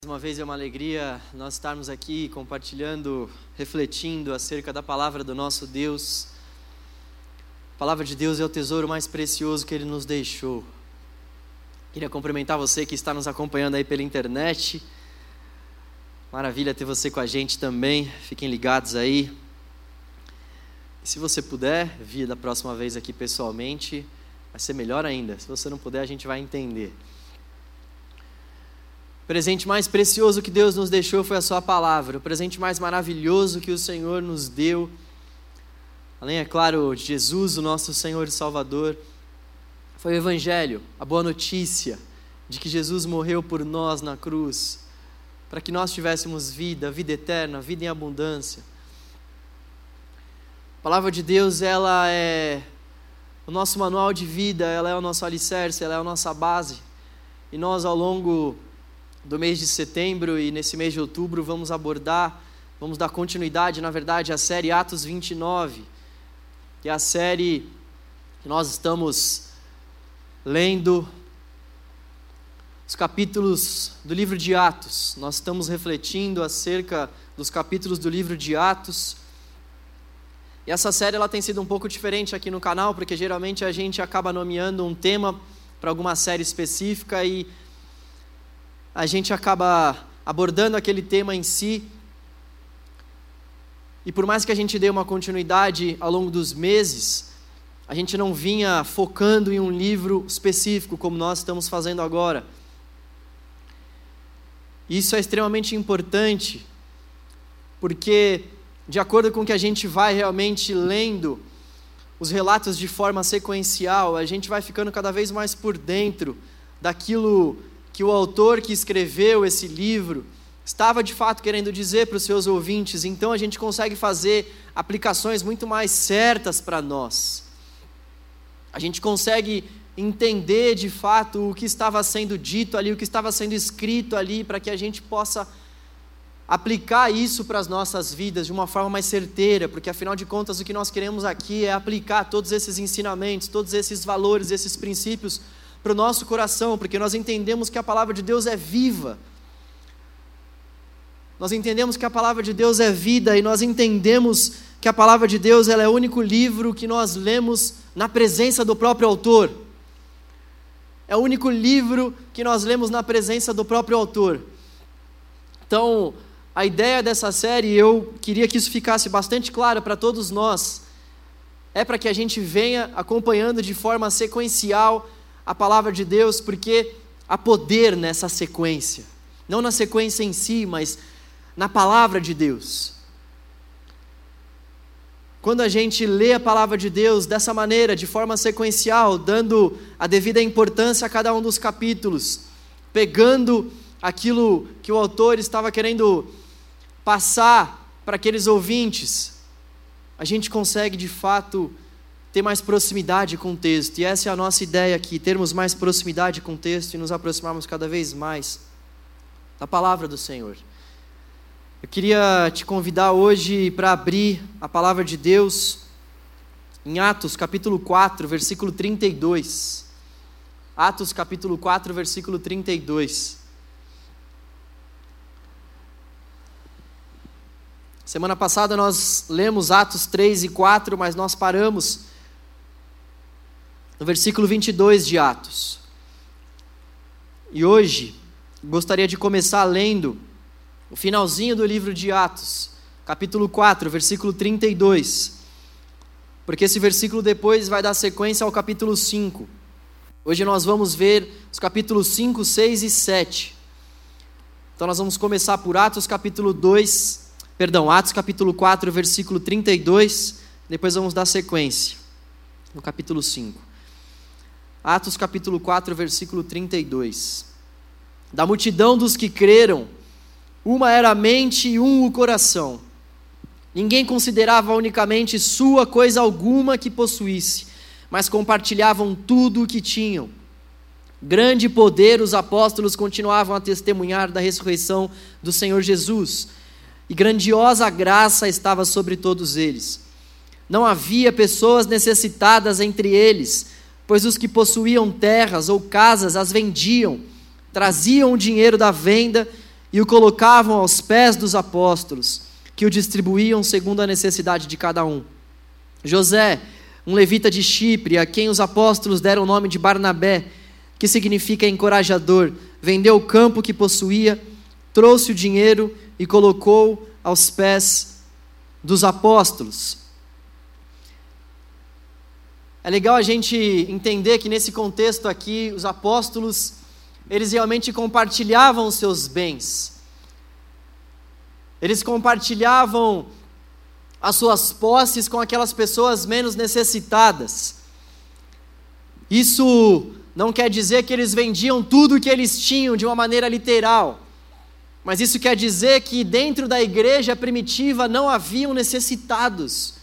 Mais uma vez é uma alegria nós estarmos aqui compartilhando, refletindo acerca da palavra do nosso Deus. A palavra de Deus é o tesouro mais precioso que Ele nos deixou. Queria cumprimentar você que está nos acompanhando aí pela internet. Maravilha ter você com a gente também, fiquem ligados aí. E se você puder vir da próxima vez aqui pessoalmente, vai ser melhor ainda. Se você não puder, a gente vai entender. O presente mais precioso que Deus nos deixou foi a sua palavra. O presente mais maravilhoso que o Senhor nos deu, além, é claro, de Jesus, o nosso Senhor e Salvador, foi o Evangelho, a boa notícia de que Jesus morreu por nós na cruz, para que nós tivéssemos vida, vida eterna, vida em abundância. A palavra de Deus, ela é o nosso manual de vida, ela é o nosso alicerce, ela é a nossa base. E nós, ao longo do mês de setembro e nesse mês de outubro, vamos dar continuidade, na verdade, à série Atos 29, que é a série que nós estamos lendo os capítulos do livro de Atos. Nós estamos refletindo acerca dos capítulos do livro de Atos. E essa série ela tem sido um pouco diferente aqui no canal, porque geralmente a gente acaba nomeando um tema para alguma série específica e a gente acaba abordando aquele tema em si. E por mais que a gente dê uma continuidade ao longo dos meses, a gente não vinha focando em um livro específico, como nós estamos fazendo agora. Isso é extremamente importante, porque, de acordo com o que a gente vai realmente lendo os relatos de forma sequencial, a gente vai ficando cada vez mais por dentro daquilo que o autor que escreveu esse livro estava de fato querendo dizer para os seus ouvintes. Então a gente consegue fazer aplicações muito mais certas para nós. A gente consegue entender de fato o que estava sendo dito ali, o que estava sendo escrito ali, para que a gente possa aplicar isso para as nossas vidas de uma forma mais certeira, porque afinal de contas o que nós queremos aqui é aplicar todos esses ensinamentos, todos esses valores, esses princípios para o nosso coração, porque nós entendemos que a palavra de Deus é viva. Nós entendemos que a palavra de Deus é vida, e nós entendemos que a palavra de Deus ela é o único livro que nós lemos na presença do próprio autor. É o único livro que nós lemos na presença do próprio autor. Então, a ideia dessa série, eu queria que isso ficasse bastante claro para todos nós, é para que a gente venha acompanhando de forma sequencial a palavra de Deus, porque há poder nessa sequência, não na sequência em si, mas na palavra de Deus. Quando a gente lê a palavra de Deus dessa maneira, de forma sequencial, dando a devida importância a cada um dos capítulos, pegando aquilo que o autor estava querendo passar para aqueles ouvintes, a gente consegue de fato ter mais proximidade com o texto, e essa é a nossa ideia aqui, termos mais proximidade com o texto e nos aproximarmos cada vez mais da palavra do Senhor. Eu queria te convidar hoje para abrir a palavra de Deus em Atos capítulo 4, versículo 32. Atos capítulo 4, versículo 32. Semana passada nós lemos Atos 3 e 4, mas nós paramos no versículo 22 de Atos. E hoje, gostaria de começar lendo o finalzinho do livro de Atos, capítulo 4, versículo 32. Porque esse versículo depois vai dar sequência ao capítulo 5. Hoje nós vamos ver os capítulos 5, 6 e 7. Então nós vamos começar por Atos capítulo 4, versículo 32. Depois vamos dar sequência no capítulo 5. Atos capítulo 4, versículo 32. Da multidão dos que creram, uma era a mente e um o coração. Ninguém considerava unicamente sua coisa alguma que possuísse, mas compartilhavam tudo o que tinham. Grande poder os apóstolos continuavam a testemunhar da ressurreição do Senhor Jesus, e grandiosa graça estava sobre todos eles. Não havia pessoas necessitadas entre eles, pois os que possuíam terras ou casas as vendiam, traziam o dinheiro da venda e o colocavam aos pés dos apóstolos, que o distribuíam segundo a necessidade de cada um. José, um levita de Chipre, a quem os apóstolos deram o nome de Barnabé, que significa encorajador, vendeu o campo que possuía, trouxe o dinheiro e colocou aos pés dos apóstolos. É legal a gente entender que nesse contexto aqui, os apóstolos, eles realmente compartilhavam os seus bens. Eles compartilhavam as suas posses com aquelas pessoas menos necessitadas. Isso não quer dizer que eles vendiam tudo o que eles tinham de uma maneira literal, mas isso quer dizer que dentro da igreja primitiva não haviam necessitados.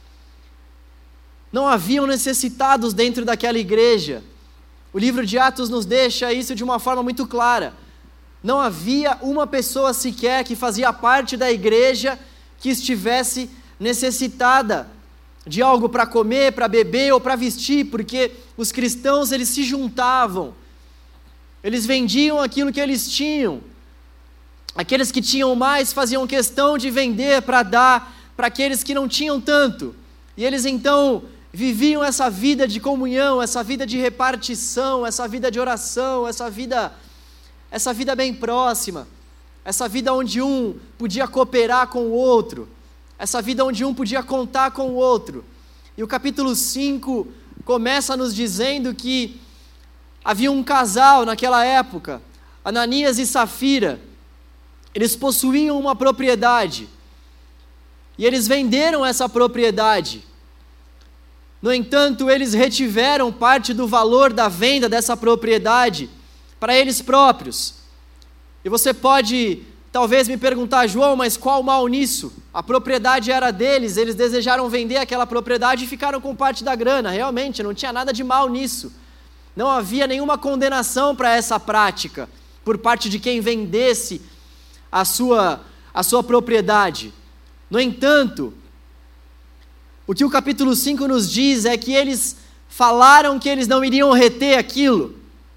Não haviam necessitados dentro daquela igreja. O livro de Atos nos deixa isso de uma forma muito clara. Não havia uma pessoa sequer que fazia parte da igreja que estivesse necessitada de algo para comer, para beber ou para vestir, porque os cristãos, eles se juntavam, eles vendiam aquilo que eles tinham. Aqueles que tinham mais faziam questão de vender para dar para aqueles que não tinham tanto, e eles então viviam essa vida de comunhão, essa vida de repartição, essa vida de oração, essa vida bem próxima, essa vida onde um podia cooperar com o outro, essa vida onde um podia contar com o outro. E o capítulo 5 começa nos dizendo que havia um casal naquela época, Ananias e Safira. Eles possuíam uma propriedade, e eles venderam essa propriedade. No entanto, eles retiveram parte do valor da venda dessa propriedade para eles próprios. E você pode talvez me perguntar: João, mas qual o mal nisso? A propriedade era deles, eles desejaram vender aquela propriedade e ficaram com parte da grana. Realmente, não tinha nada de mal nisso. Não havia nenhuma condenação para essa prática por parte de quem vendesse a sua propriedade. No entanto, o que o capítulo 5 nos diz é que eles falaram que eles não iriam reter aquilo.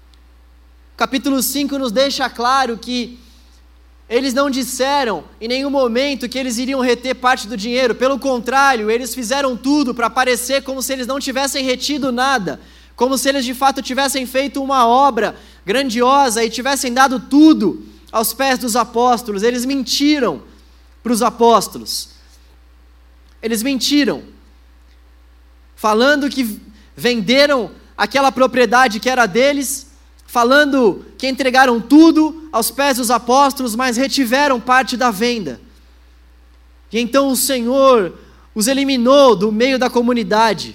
O capítulo 5 nos deixa claro que eles não disseram em nenhum momento que eles iriam reter parte do dinheiro. Pelo contrário, eles fizeram tudo para parecer como se eles não tivessem retido nada, como se eles de fato tivessem feito uma obra grandiosa e tivessem dado tudo aos pés dos apóstolos. Eles mentiram para os apóstolos. Eles mentiram, falando que venderam aquela propriedade que era deles, falando que entregaram tudo aos pés dos apóstolos, mas retiveram parte da venda. E então o Senhor os eliminou do meio da comunidade.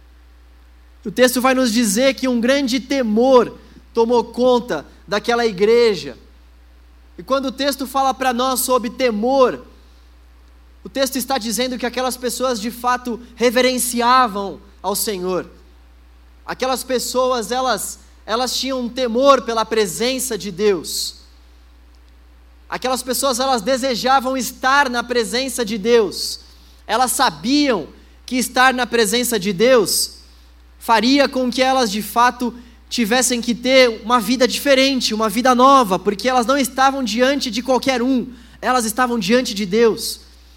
O texto vai nos dizer que um grande temor tomou conta daquela igreja. E quando o texto fala para nós sobre temor, o texto está dizendo que aquelas pessoas de fato reverenciavam ao Senhor. Aquelas pessoas, elas tinham um temor pela presença de Deus. Aquelas pessoas, elas desejavam estar na presença de Deus. Elas sabiam que estar na presença de Deus faria com que elas de fato tivessem que ter uma vida diferente, uma vida nova, porque elas não estavam diante de qualquer um, elas estavam diante de Deus.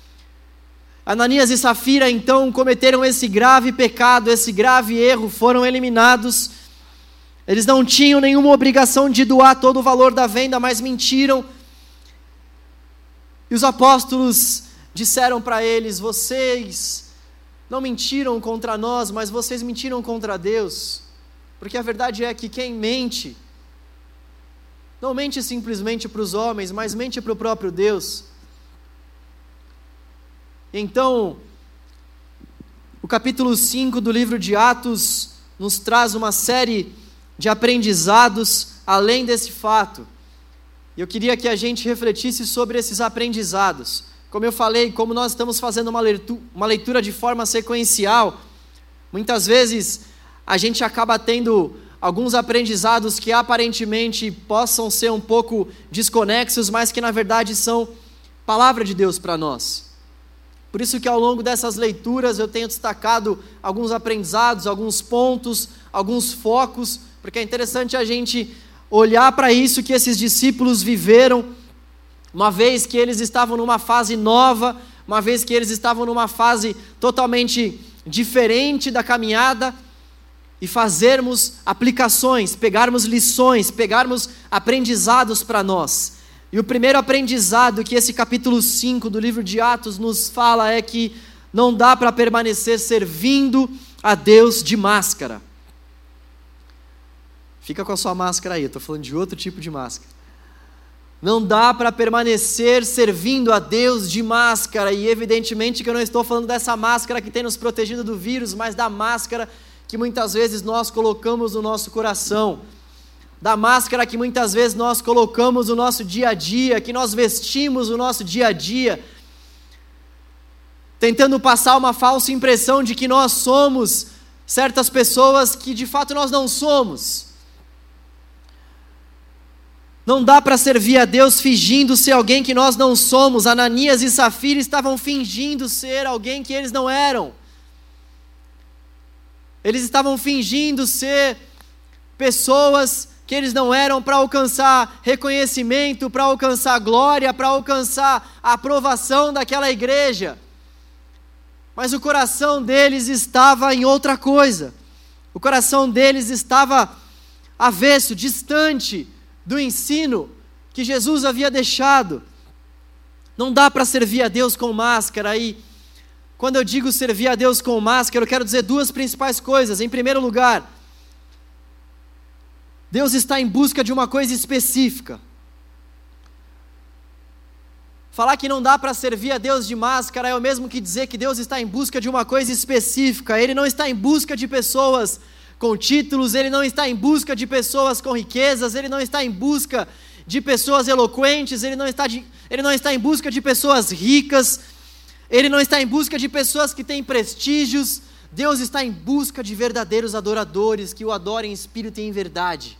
Ananias e Safira então cometeram esse grave pecado, esse grave erro, foram eliminados. Eles não tinham nenhuma obrigação de doar todo o valor da venda, mas mentiram. E os apóstolos disseram para eles: vocês não mentiram contra nós, mas vocês mentiram contra Deus. Porque a verdade é que quem mente, não mente simplesmente para os homens, mas mente para o próprio Deus. Então, o capítulo 5 do livro de Atos nos traz uma série de aprendizados além desse fato. E eu queria que a gente refletisse sobre esses aprendizados. Como eu falei, como nós estamos fazendo uma leitura de forma sequencial, muitas vezes a gente acaba tendo alguns aprendizados que aparentemente possam ser um pouco desconexos, mas que na verdade são palavra de Deus para nós. Por isso que ao longo dessas leituras eu tenho destacado alguns aprendizados, alguns pontos, alguns focos, porque é interessante a gente olhar para isso que esses discípulos viveram uma vez que eles estavam numa fase nova, uma vez que eles estavam numa fase totalmente diferente da caminhada, e fazermos aplicações, pegarmos lições, pegarmos aprendizados para nós. E o primeiro aprendizado que esse capítulo 5 do livro de Atos nos fala é que não dá para permanecer servindo a Deus de máscara. Fica com a sua máscara aí, eu estou falando de outro tipo de máscara. Não dá para permanecer servindo a Deus de máscara, e evidentemente que eu não estou falando dessa máscara que tem nos protegido do vírus, mas da máscara que muitas vezes nós colocamos no nosso coração, da máscara que muitas vezes nós colocamos no nosso dia a dia, que nós vestimos no nosso dia a dia, tentando passar uma falsa impressão de que nós somos certas pessoas que de fato nós não somos. Não dá para servir a Deus fingindo ser alguém que nós não somos. Ananias e Safira estavam fingindo ser alguém que eles não eram. Eles estavam fingindo ser pessoas que eles não eram para alcançar reconhecimento, para alcançar glória, para alcançar a aprovação daquela igreja. Mas o coração deles estava em outra coisa. O coração deles estava avesso, distante do ensino que Jesus havia deixado. Não dá para servir a Deus com máscara. E quando eu digo servir a Deus com máscara, eu quero dizer duas principais coisas. Em primeiro lugar, Deus está em busca de uma coisa específica. Falar que não dá para servir a Deus de máscara é o mesmo que dizer que Deus está em busca de uma coisa específica. Ele não está em busca de pessoas com títulos, Ele não está em busca de pessoas com riquezas, Ele não está em busca de pessoas eloquentes, Ele não está em busca de pessoas ricas, Ele não está em busca de pessoas que têm prestígios. Deus está em busca de verdadeiros adoradores, que o adorem em espírito e em verdade.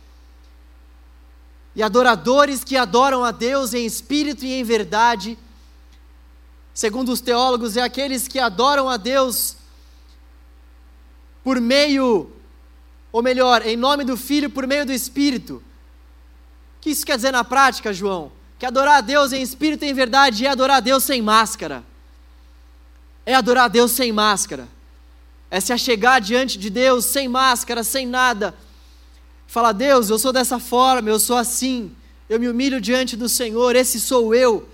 E adoradores que adoram a Deus em espírito e em verdade, segundo os teólogos, é aqueles que adoram a Deus por meio, ou melhor, em nome do Filho, por meio do Espírito. O que isso quer dizer na prática, João? Que adorar a Deus em espírito e em verdade é adorar a Deus sem máscara. É adorar a Deus sem máscara. É se achegar diante de Deus sem máscara, sem nada. Falar: Deus, eu sou dessa forma, eu sou assim, eu me humilho diante do Senhor, esse sou eu.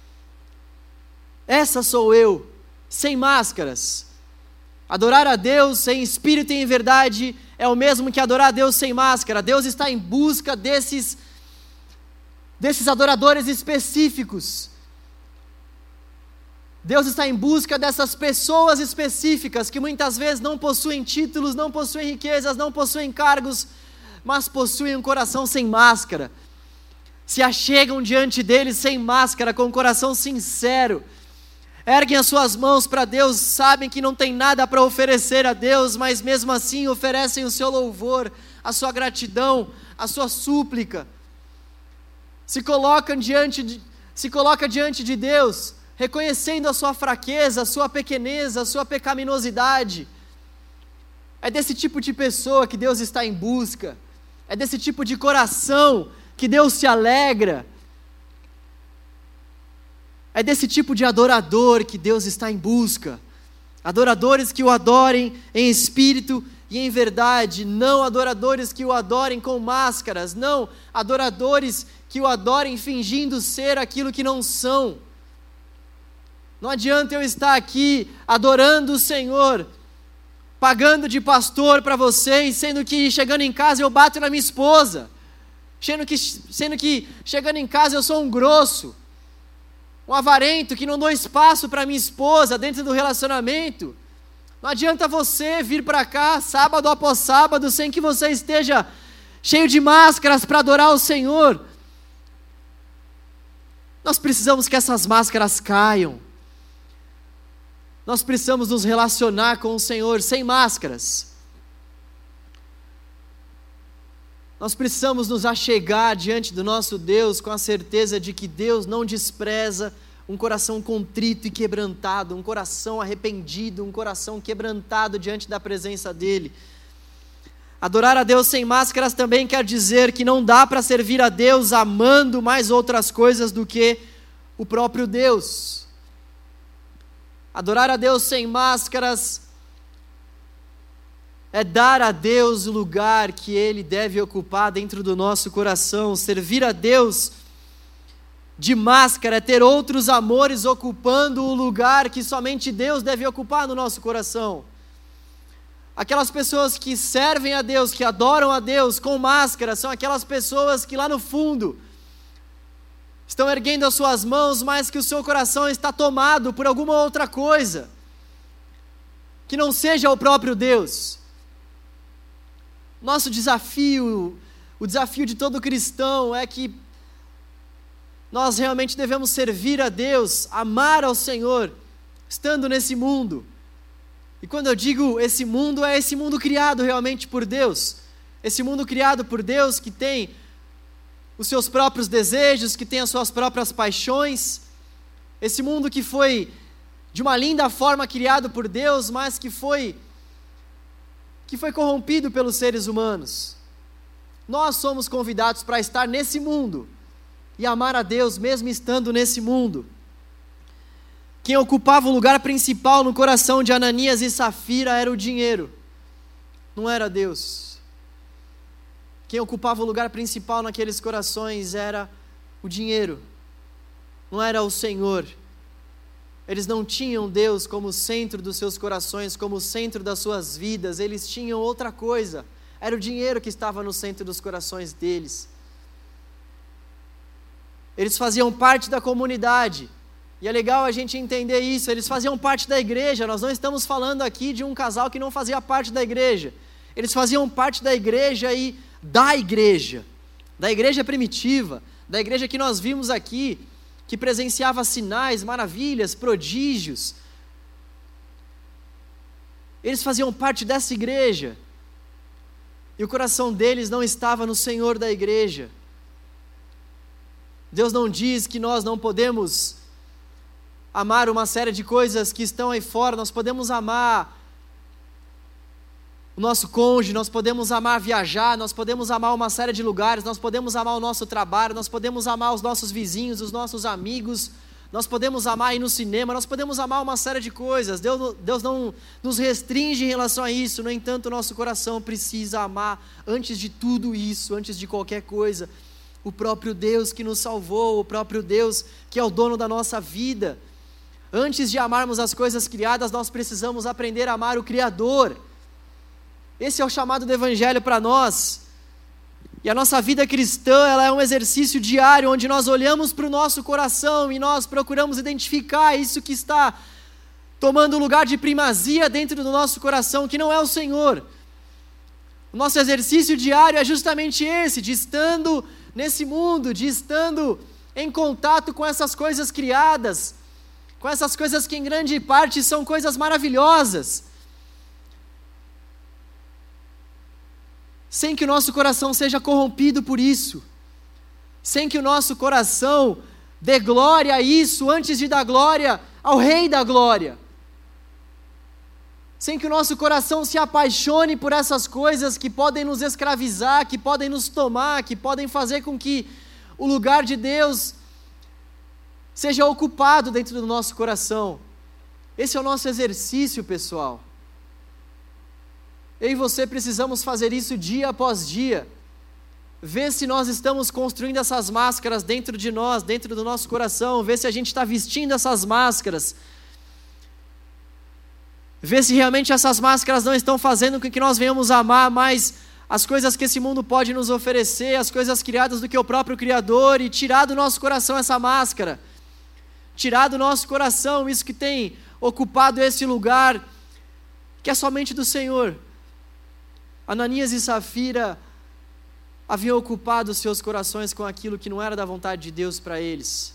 Essa sou eu, sem máscaras. Adorar a Deus em espírito e em verdade é o mesmo que adorar a Deus sem máscara. Deus está em busca desses adoradores específicos. Deus está em busca dessas pessoas específicas que muitas vezes não possuem títulos, não possuem riquezas, não possuem cargos, mas possuem um coração sem máscara. Se achegam diante dele sem máscara, com um coração sincero. Erguem as suas mãos para Deus, sabem que não tem nada para oferecer a Deus, mas mesmo assim oferecem o seu louvor, a sua gratidão, a sua súplica. Se coloca diante de Deus, reconhecendo a sua fraqueza, a sua pequenez, a sua pecaminosidade. É desse tipo de pessoa que Deus está em busca. É desse tipo de coração que Deus se alegra. É desse tipo de adorador que Deus está em busca. Adoradores que o adorem em espírito e em verdade, não adoradores que o adorem com máscaras, não adoradores que o adorem fingindo ser aquilo que não são. Não adianta eu estar aqui adorando o Senhor, pagando de pastor para vocês, sendo que chegando em casa eu bato na minha esposa, sendo que chegando em casa eu sou um grosso, um avarento, que não dou espaço para minha esposa dentro do relacionamento. Não adianta você vir para cá sábado após sábado sem que você esteja cheio de máscaras para adorar o Senhor. Nós precisamos que essas máscaras caiam. Nós precisamos nos relacionar com o Senhor sem máscaras. Nós precisamos nos achegar diante do nosso Deus com a certeza de que Deus não despreza um coração contrito e quebrantado, um coração arrependido, um coração quebrantado diante da presença dEle. Adorar a Deus sem máscaras também quer dizer que não dá para servir a Deus amando mais outras coisas do que o próprio Deus. Adorar a Deus sem máscaras é dar a Deus o lugar que Ele deve ocupar dentro do nosso coração. Servir a Deus de máscara é ter outros amores ocupando o lugar que somente Deus deve ocupar no nosso coração. Aquelas pessoas que servem a Deus, que adoram a Deus com máscara, são aquelas pessoas que lá no fundo estão erguendo as suas mãos, mas que o seu coração está tomado por alguma outra coisa, que não seja o próprio Deus. Nosso desafio, o desafio de todo cristão é que nós realmente devemos servir a Deus, amar ao Senhor, estando nesse mundo. E quando eu digo esse mundo, é esse mundo criado realmente por Deus. Esse mundo criado por Deus que tem os seus próprios desejos, que tem as suas próprias paixões. Esse mundo que foi de uma linda forma criado por Deus, mas que foi corrompido pelos seres humanos. Nós somos convidados para estar nesse mundo e amar a Deus mesmo estando nesse mundo. Quem ocupava o lugar principal no coração de Ananias e Safira era o dinheiro, não era Deus. Quem ocupava o lugar principal naqueles corações era o dinheiro, não era o Senhor. Eles não tinham Deus como centro dos seus corações, como centro das suas vidas, eles tinham outra coisa, era o dinheiro que estava no centro dos corações deles. Eles faziam parte da comunidade, e é legal a gente entender isso, eles faziam parte da igreja. Nós não estamos falando aqui de um casal que não fazia parte da igreja, eles faziam parte da igreja e da igreja primitiva, da igreja que nós vimos aqui, que presenciava sinais, maravilhas, prodígios. Eles faziam parte dessa igreja, e o coração deles não estava no Senhor da igreja. Deus não diz que nós não podemos amar uma série de coisas que estão aí fora. Nós podemos amar o nosso cônjuge, nós podemos amar viajar, nós podemos amar uma série de lugares, nós podemos amar o nosso trabalho, nós podemos amar os nossos vizinhos, os nossos amigos, nós podemos amar ir no cinema, nós podemos amar uma série de coisas. Deus não nos restringe em relação a isso. No entanto, o nosso coração precisa amar, antes de tudo isso, antes de qualquer coisa, o próprio Deus que nos salvou, o próprio Deus que é o dono da nossa vida. Antes de amarmos as coisas criadas, nós precisamos aprender a amar o Criador. Esse é o chamado do Evangelho para nós. E a nossa vida cristã, ela é um exercício diário, onde nós olhamos para o nosso coração e nós procuramos identificar isso que está tomando lugar de primazia dentro do nosso coração, que não é o Senhor. O nosso exercício diário é justamente esse, de estando nesse mundo, de estando em contato com essas coisas criadas, com essas coisas que em grande parte são coisas maravilhosas, sem que o nosso coração seja corrompido por isso, sem que o nosso coração dê glória a isso antes de dar glória ao Rei da Glória, sem que o nosso coração se apaixone por essas coisas que podem nos escravizar, que podem nos tomar, que podem fazer com que o lugar de Deus seja ocupado dentro do nosso coração. Esse é o nosso exercício, pessoal. Eu e você precisamos fazer isso dia após dia, ver se nós estamos construindo essas máscaras dentro de nós, dentro do nosso coração, ver se a gente está vestindo essas máscaras, ver se realmente essas máscaras não estão fazendo com que nós venhamos amar mais as coisas que esse mundo pode nos oferecer, as coisas criadas do que o próprio Criador, e tirar do nosso coração essa máscara, tirar do nosso coração isso que tem ocupado esse lugar, que é somente do Senhor. Ananias e Safira haviam ocupado seus corações com aquilo que não era da vontade de Deus para eles.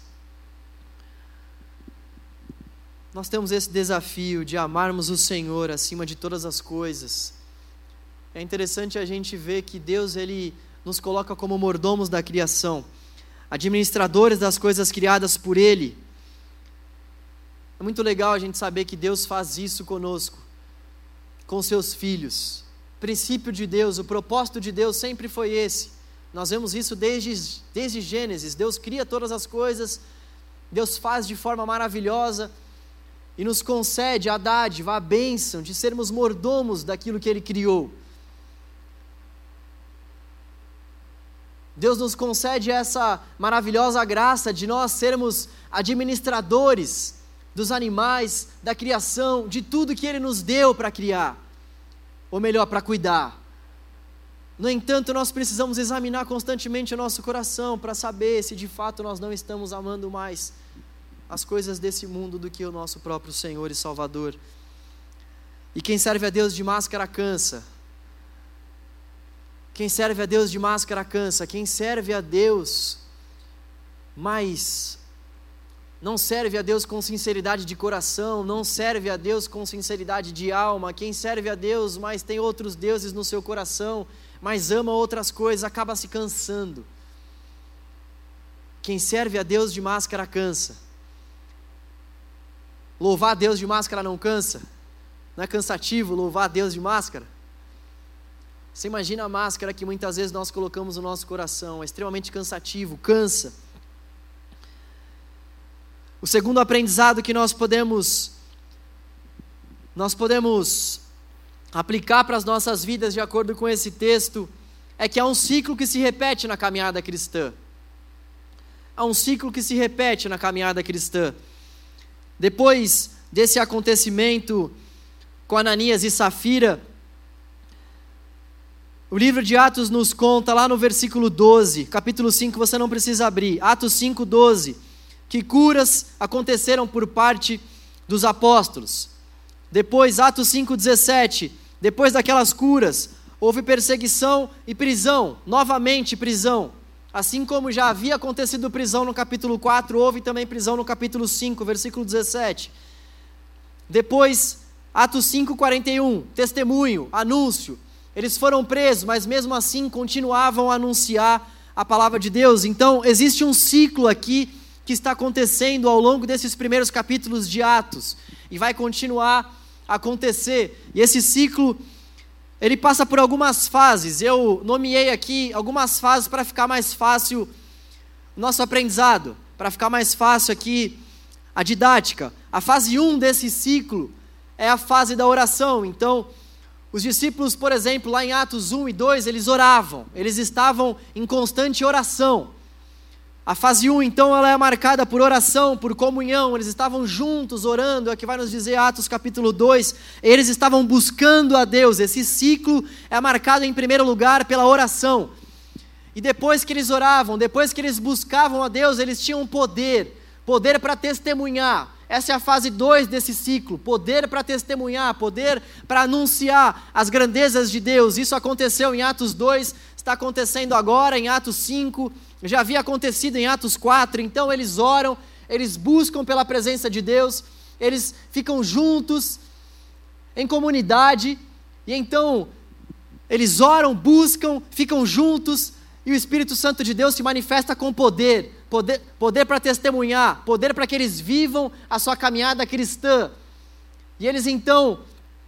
Nós temos esse desafio de amarmos o Senhor acima de todas as coisas. É interessante a gente ver que Deus, Ele nos coloca como mordomos da criação, administradores das coisas criadas por Ele. É muito legal a gente saber que Deus faz isso conosco, com seus filhos. princípio de Deus, o propósito de Deus sempre foi esse. Nós vemos isso desde Gênesis. Deus cria todas as coisas, Deus faz de forma maravilhosa e nos concede a dádiva, a bênção de sermos mordomos daquilo que Ele criou. Deus nos concede essa maravilhosa graça de nós sermos administradores dos animais, da criação, de tudo que Ele nos deu para criar, ou melhor, para cuidar. No entanto, nós precisamos examinar constantemente o nosso coração para saber se de fato nós não estamos amando mais as coisas desse mundo do que o nosso próprio Senhor e Salvador. E quem serve a Deus de máscara cansa. Quem serve a Deus de máscara cansa. Quem serve a Deus, mas não serve a Deus com sinceridade de coração, não serve a Deus com sinceridade de alma. Quem serve a Deus, mas tem outros deuses no seu coração, mas ama outras coisas, acaba se cansando. Quem serve a Deus de máscara cansa. Louvar a Deus de máscara não cansa? Não é cansativo louvar a Deus de máscara? Você imagina a máscara que muitas vezes nós colocamos no nosso coração, é extremamente cansativo, cansa. O segundo aprendizado que nós podemos aplicar para as nossas vidas de acordo com esse texto é que há um ciclo que se repete na caminhada cristã. Há um ciclo que se repete na caminhada cristã. Depois desse acontecimento com Ananias e Safira, o livro de Atos nos conta lá no versículo 12, capítulo 5, você não precisa abrir, Atos 5, 12, que curas aconteceram por parte dos apóstolos. Depois, Atos 5, 17, depois daquelas curas, houve perseguição e prisão, novamente prisão. Assim como já havia acontecido prisão no capítulo 4, houve também prisão no capítulo 5, versículo 17. Depois, Atos 5, 41, testemunho, anúncio. Eles foram presos, mas mesmo assim continuavam a anunciar a palavra de Deus. Então, existe um ciclo aqui que está acontecendo ao longo desses primeiros capítulos de Atos. E vai continuar a acontecer. E esse ciclo, ele passa por algumas fases. Eu nomeei aqui algumas fases para ficar mais fácil o nosso aprendizado. Para ficar mais fácil aqui a didática. A fase 1 desse ciclo é a fase da oração. Então, os discípulos, por exemplo, lá em Atos 1 e 2, eles oravam, eles estavam em constante oração. A fase 1, então, ela é marcada por oração, por comunhão, eles estavam juntos orando, é o que vai nos dizer Atos capítulo 2, eles estavam buscando a Deus. Esse ciclo é marcado em primeiro lugar pela oração. E depois que eles oravam, depois que eles buscavam a Deus, eles tinham poder para testemunhar. Essa é a fase 2 desse ciclo, poder para testemunhar, poder para anunciar as grandezas de Deus. Isso aconteceu em Atos 2, está acontecendo agora em Atos 5, já havia acontecido em Atos 4, então eles oram, eles buscam pela presença de Deus, eles ficam juntos, em comunidade, e então eles oram, buscam, ficam juntos, e o Espírito Santo de Deus se manifesta com poder para testemunhar, poder para que eles vivam a sua caminhada cristã. E eles então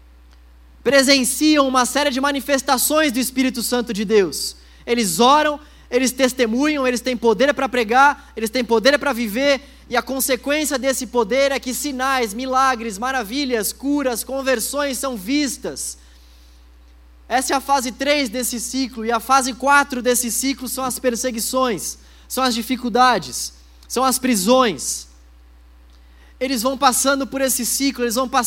presenciam uma série de manifestações do Espírito Santo de Deus. Eles oram, eles testemunham, eles têm poder para pregar, eles têm poder para viver, e a consequência desse poder é que sinais, milagres, maravilhas, curas, conversões são vistas. Essa é a fase 3 desse ciclo, e a fase 4 desse ciclo são as perseguições, são as dificuldades, são as prisões. Eles vão passando por esse ciclo,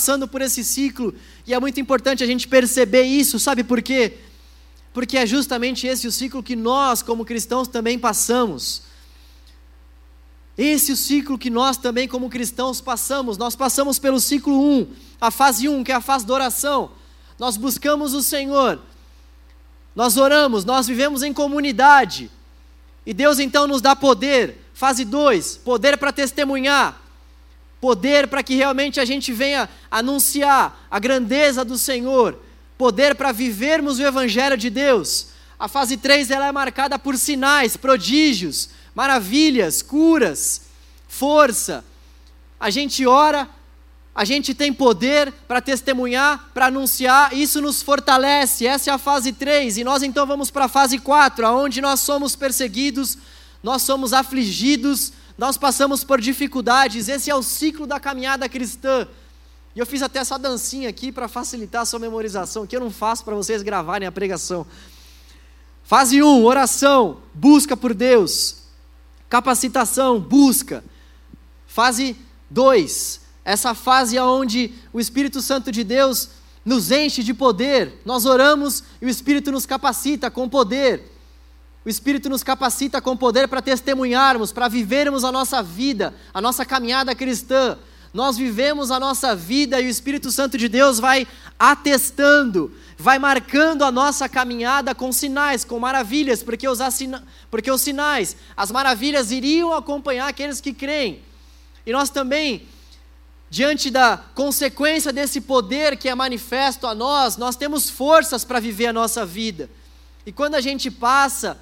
e é muito importante a gente perceber isso, sabe por quê? Porque é justamente esse o ciclo que nós, como cristãos, também passamos. Esse é o ciclo que nós também, como cristãos, passamos. Nós passamos pelo ciclo 1, a fase 1, que é a fase da oração. Nós buscamos o Senhor, nós oramos, nós vivemos em comunidade, e Deus então nos dá poder. Fase 2, poder para testemunhar, poder para que realmente a gente venha anunciar a grandeza do Senhor, poder para vivermos o Evangelho de Deus. A fase 3, ela é marcada por sinais, prodígios, maravilhas, curas, força. A gente ora, a gente tem poder para testemunhar, para anunciar, isso nos fortalece. Essa é a fase 3, e nós então vamos para a fase 4, onde nós somos perseguidos, nós somos afligidos, nós passamos por dificuldades. Esse é o ciclo da caminhada cristã. E eu fiz até essa dancinha aqui para facilitar a sua memorização, que eu não faço para vocês gravarem a pregação. Fase 1, oração, busca por Deus. Capacitação, busca. Fase 2, essa fase onde o Espírito Santo de Deus nos enche de poder. Nós oramos e o Espírito nos capacita com poder. O Espírito nos capacita com poder para testemunharmos, para vivermos a nossa vida, a nossa caminhada cristã. Nós vivemos a nossa vida e o Espírito Santo de Deus vai atestando, vai marcando a nossa caminhada com sinais, com maravilhas, porque os sinais, as maravilhas iriam acompanhar aqueles que creem. E nós também, diante da consequência desse poder que é manifesto a nós, nós temos forças para viver a nossa vida. E quando a gente passa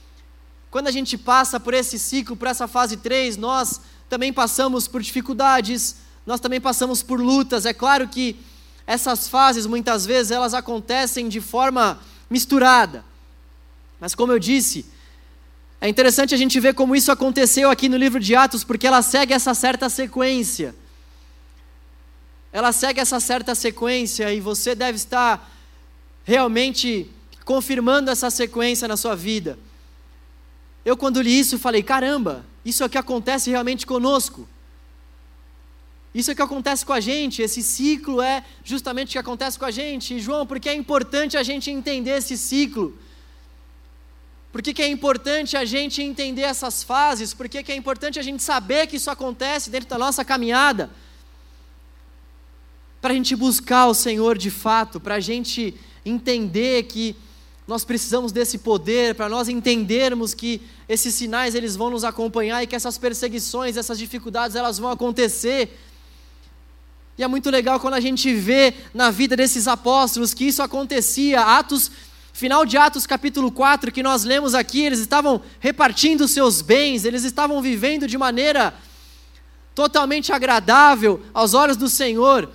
por esse ciclo, por essa fase 3, nós também passamos por dificuldades, nós também passamos por lutas. É claro que essas fases, muitas vezes, elas acontecem de forma misturada. Mas como eu disse, é interessante a gente ver como isso aconteceu aqui no livro de Atos, porque ela segue essa certa sequência. Ela segue essa certa sequência e você deve estar realmente confirmando essa sequência na sua vida. Eu, quando li isso, falei, caramba, isso é o que acontece realmente conosco. Isso é o que acontece com a gente, esse ciclo é justamente o que acontece com a gente. E, João, por que é importante a gente entender esse ciclo? Por que é importante a gente entender essas fases? Por que é importante a gente saber que isso acontece dentro da nossa caminhada? Para a gente buscar o Senhor de fato, para a gente entender que nós precisamos desse poder, para nós entendermos que esses sinais eles vão nos acompanhar e que essas perseguições, essas dificuldades elas vão acontecer. E é muito legal quando a gente vê na vida desses apóstolos que isso acontecia. Final de Atos capítulo 4, que nós lemos aqui, eles estavam repartindo os seus bens, eles estavam vivendo de maneira totalmente agradável aos olhos do Senhor.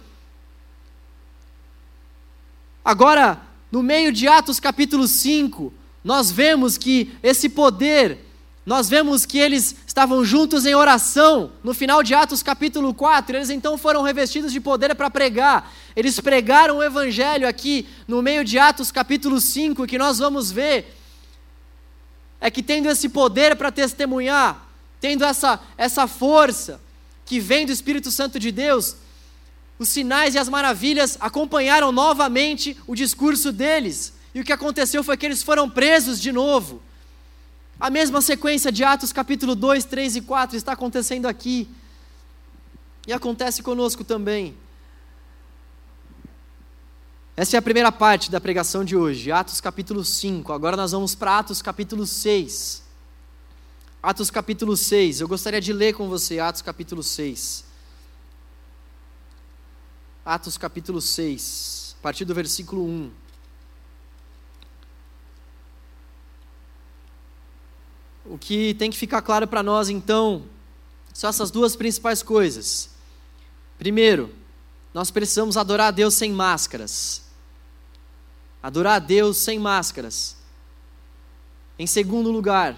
Agora, no meio de Atos capítulo 5, nós vemos que esse poder, nós vemos que eles estavam juntos em oração. No final de Atos capítulo 4, eles então foram revestidos de poder para pregar. Eles pregaram o evangelho aqui no meio de Atos capítulo 5, que nós vamos ver, é que tendo esse poder para testemunhar, tendo essa força que vem do Espírito Santo de Deus, os sinais e as maravilhas acompanharam novamente o discurso deles. E o que aconteceu foi que eles foram presos de novo. A mesma sequência de Atos capítulo 2, 3 e 4 está acontecendo aqui. E acontece conosco também. Essa é a primeira parte da pregação de hoje, Atos capítulo 5. Agora nós vamos para Atos capítulo 6. Atos capítulo 6. Eu gostaria de ler com você Atos capítulo 6. Atos capítulo 6, a partir do versículo 1. O que tem que ficar claro para nós, então, são essas duas principais coisas. Primeiro, nós precisamos adorar a Deus sem máscaras. Adorar a Deus sem máscaras. Em segundo lugar,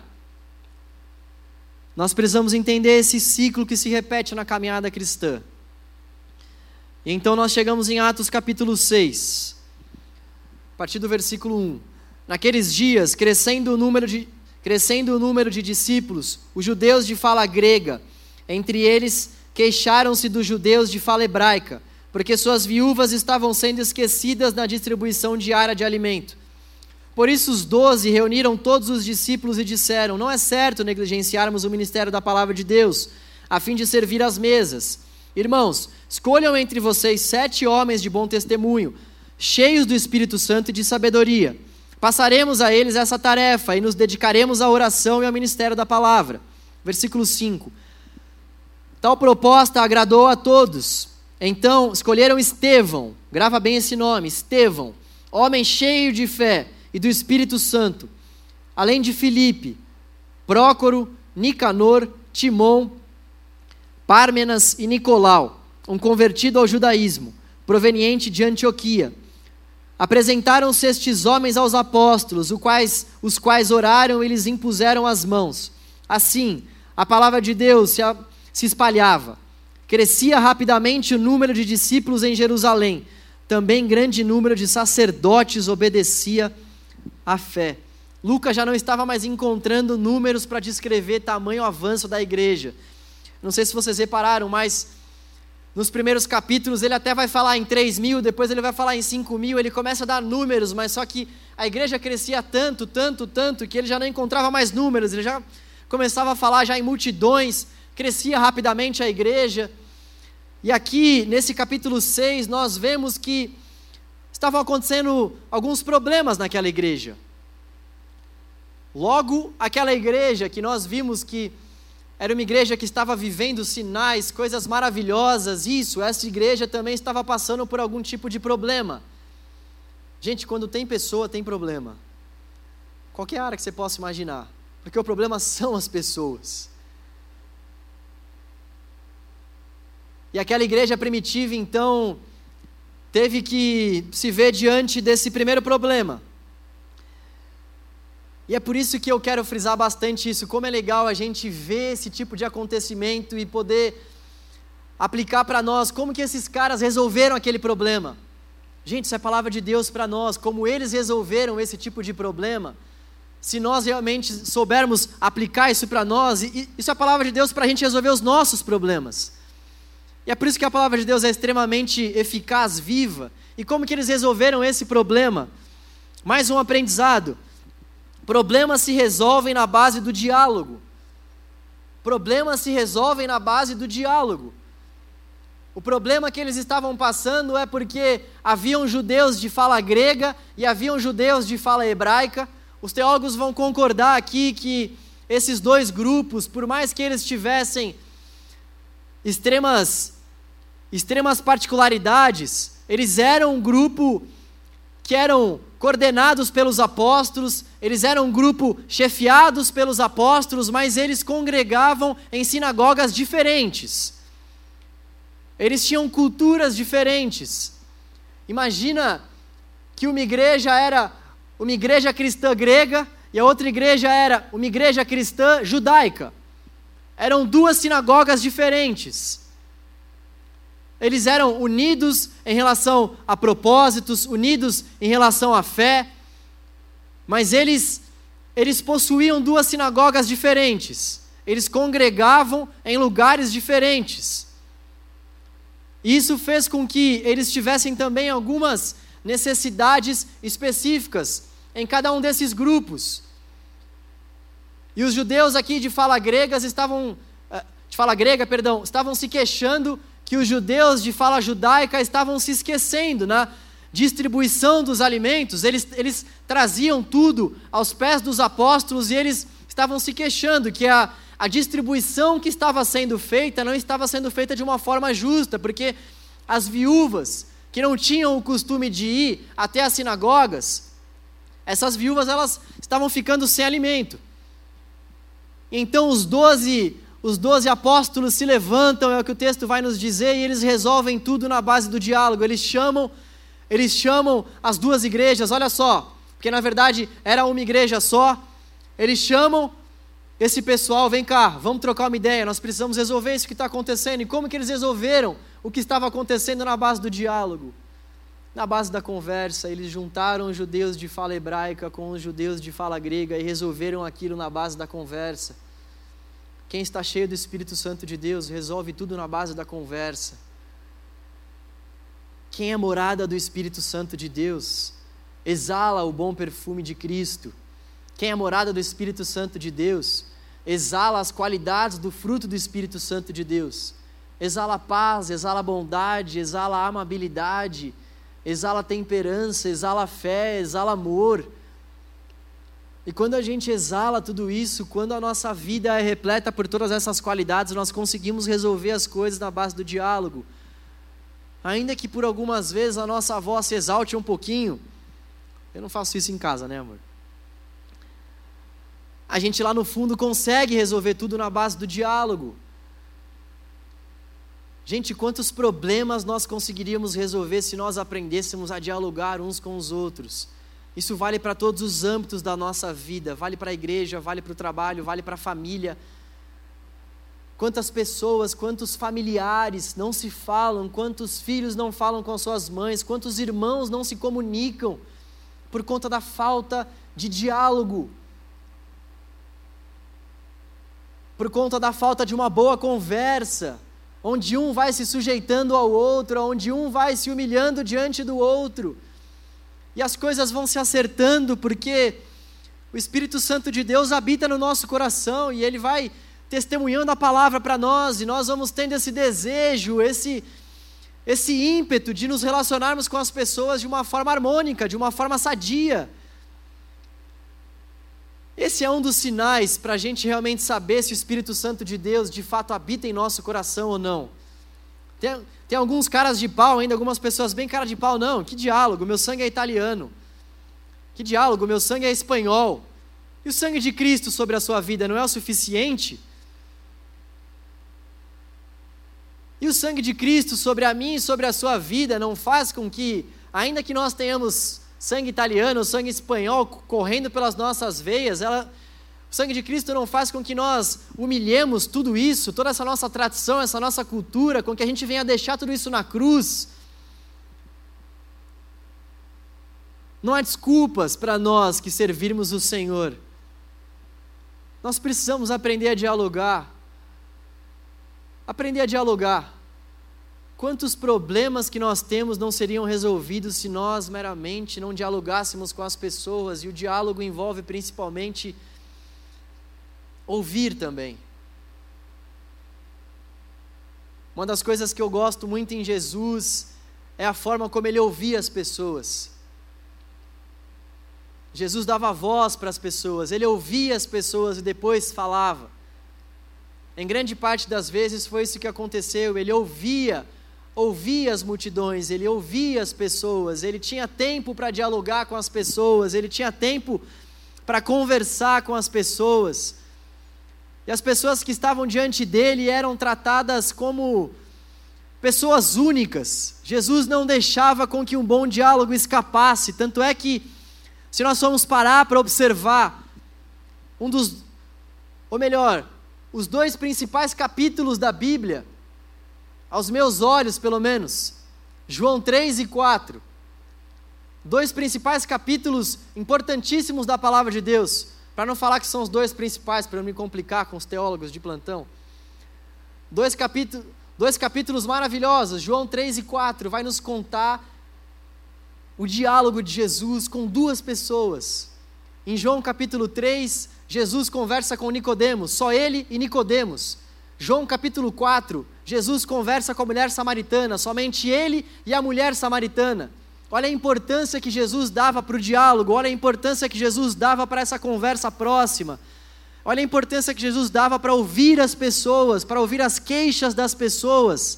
nós precisamos entender esse ciclo que se repete na caminhada cristã. E então nós chegamos em Atos capítulo 6, a partir do versículo 1. Naqueles dias, crescendo o número de discípulos, os judeus de fala grega, entre eles queixaram-se dos judeus de fala hebraica, porque suas viúvas estavam sendo esquecidas na distribuição diária de alimento. Por isso os 12 reuniram todos os discípulos e disseram: não é certo negligenciarmos o ministério da palavra de Deus, a fim de servir às mesas. Irmãos, escolham entre vocês 7 homens de bom testemunho, cheios do Espírito Santo e de sabedoria. Passaremos a eles essa tarefa e nos dedicaremos à oração e ao ministério da palavra. Versículo 5. Tal proposta agradou a todos. Então escolheram Estevão, grava bem esse nome, Estevão, homem cheio de fé e do Espírito Santo, além de Filipe, Prócoro, Nicanor, Timon, Pármenas e Nicolau, um convertido ao judaísmo, proveniente de Antioquia. Apresentaram-se estes homens aos apóstolos, os quais oraram e lhes impuseram as mãos. Assim, a palavra de Deus se espalhava. Crescia rapidamente o número de discípulos em Jerusalém. Também grande número de sacerdotes obedecia à fé. Lucas já não estava mais encontrando números para descrever tamanho avanço da igreja. Não sei se vocês repararam, mas nos primeiros capítulos ele até vai falar em 3.000, depois ele vai falar em 5.000, ele começa a dar números, mas só que a igreja crescia tanto, que ele já não encontrava mais números, ele já começava a falar já em multidões, crescia rapidamente a igreja. E aqui, nesse capítulo 6, nós vemos que estavam acontecendo alguns problemas naquela igreja. Logo, aquela igreja que nós vimos que era uma igreja que estava vivendo sinais, coisas maravilhosas, essa igreja também estava passando por algum tipo de problema. Gente, quando tem pessoa, tem problema. Qualquer área que você possa imaginar, porque o problema são as pessoas. E aquela igreja primitiva, então, teve que se ver diante desse primeiro problema. E é por isso que eu quero frisar bastante isso, como é legal a gente ver esse tipo de acontecimento e poder aplicar para nós, como que esses caras resolveram aquele problema. Gente, isso é palavra de Deus para nós, como eles resolveram esse tipo de problema. Se nós realmente soubermos aplicar isso para nós, isso é a palavra de Deus para a gente resolver os nossos problemas. E é por isso que a palavra de Deus é extremamente eficaz, viva. E como que eles resolveram esse problema? Mais um aprendizado. Problemas se resolvem na base do diálogo. Problemas se resolvem na base do diálogo. O problema que eles estavam passando é porque haviam judeus de fala grega e haviam judeus de fala hebraica. Os teólogos vão concordar aqui que esses dois grupos, por mais que eles tivessem extremas particularidades, eles eram um grupo que eram coordenados pelos apóstolos, eles eram um grupo chefiados pelos apóstolos, mas eles congregavam em sinagogas diferentes. Eles tinham culturas diferentes. Imagina que uma igreja era uma igreja cristã grega e a outra igreja era uma igreja cristã judaica. Eram duas sinagogas diferentes. Eles eram unidos em relação a propósitos, unidos em relação à fé, mas eles possuíam duas sinagogas diferentes. Eles congregavam em lugares diferentes. Isso fez com que eles tivessem também algumas necessidades específicas em cada um desses grupos. E os judeus aqui de fala grega estavam se queixando que os judeus de fala judaica estavam se esquecendo na distribuição dos alimentos. Eles traziam tudo aos pés dos apóstolos e eles estavam se queixando que a distribuição que estava sendo feita não estava sendo feita de uma forma justa, porque as viúvas que não tinham o costume de ir até as sinagogas, essas viúvas elas estavam ficando sem alimento. Então os 12 apóstolos se levantam, é o que o texto vai nos dizer, e eles resolvem tudo na base do diálogo. Eles chamam as duas igrejas, olha só, porque na verdade era uma igreja só. Eles chamam esse pessoal, vem cá, vamos trocar uma ideia, nós precisamos resolver isso que está acontecendo. E como que eles resolveram o que estava acontecendo na base do diálogo? Na base da conversa. Eles juntaram os judeus de fala hebraica com os judeus de fala grega e resolveram aquilo na base da conversa. Quem está cheio do Espírito Santo de Deus resolve tudo na base da conversa. Quem é morada do Espírito Santo de Deus exala o bom perfume de Cristo. Quem é morada do Espírito Santo de Deus exala as qualidades do fruto do Espírito Santo de Deus. Exala paz, exala bondade, exala amabilidade, exala temperança, exala fé, exala amor. E quando a gente exala tudo isso, quando a nossa vida é repleta por todas essas qualidades, nós conseguimos resolver as coisas na base do diálogo. Ainda que por algumas vezes a nossa voz se exalte um pouquinho. Eu não faço isso em casa, né, amor? A gente lá no fundo consegue resolver tudo na base do diálogo. Gente, quantos problemas nós conseguiríamos resolver se nós aprendêssemos a dialogar uns com os outros? Isso vale para todos os âmbitos da nossa vida, vale para a igreja, vale para o trabalho, vale para a família. Quantas pessoas, quantos familiares não se falam, quantos filhos não falam com suas mães, quantos irmãos não se comunicam por conta da falta de diálogo, por conta da falta de uma boa conversa, onde um vai se sujeitando ao outro, onde um vai se humilhando diante do outro, e as coisas vão se acertando, porque o Espírito Santo de Deus habita no nosso coração, e Ele vai testemunhando a palavra para nós, e nós vamos tendo esse desejo, esse ímpeto de nos relacionarmos com as pessoas de uma forma harmônica, de uma forma sadia. Esse é um dos sinais para a gente realmente saber se o Espírito Santo de Deus de fato habita em nosso coração ou não. Tem alguns caras de pau ainda, algumas pessoas bem cara de pau, não, que diálogo, meu sangue é italiano. Que diálogo, meu sangue é espanhol. E o sangue de Cristo sobre a sua vida não é o suficiente? E o sangue de Cristo sobre a mim e sobre a sua vida não faz com que, ainda que nós tenhamos sangue italiano, sangue espanhol correndo pelas nossas veias, o sangue de Cristo não faz com que nós humilhemos tudo isso, toda essa nossa tradição, essa nossa cultura, com que a gente venha deixar tudo isso na cruz. Não há desculpas para nós que servirmos o Senhor. Nós precisamos aprender a dialogar. Aprender a dialogar. Quantos problemas que nós temos não seriam resolvidos se nós meramente não dialogássemos com as pessoas? E o diálogo envolve principalmente ouvir também. Uma das coisas que eu gosto muito em Jesus é a forma como Ele ouvia as pessoas. Jesus dava voz para as pessoas, Ele ouvia as pessoas e depois falava. Em grande parte das vezes foi isso que aconteceu. Ele ouvia as multidões, Ele ouvia as pessoas, Ele tinha tempo para dialogar com as pessoas, Ele tinha tempo para conversar com as pessoas. E as pessoas que estavam diante dEle eram tratadas como pessoas únicas. Jesus não deixava com que um bom diálogo escapasse, tanto é que, se nós formos parar para observar, os dois principais capítulos da Bíblia, aos meus olhos pelo menos, João 3 e 4, dois principais capítulos importantíssimos da palavra de Deus, para não falar que são os dois principais, para não me complicar com os teólogos de plantão, dois capítulos maravilhosos, João 3 e 4, vai nos contar o diálogo de Jesus com duas pessoas. Em João capítulo 3, Jesus conversa com Nicodemos, só ele e Nicodemos. João capítulo 4, Jesus conversa com a mulher samaritana, somente ele e a mulher samaritana. Olha a importância que Jesus dava para o diálogo, olha a importância que Jesus dava para essa conversa próxima. Olha a importância que Jesus dava para ouvir as pessoas, para ouvir as queixas das pessoas.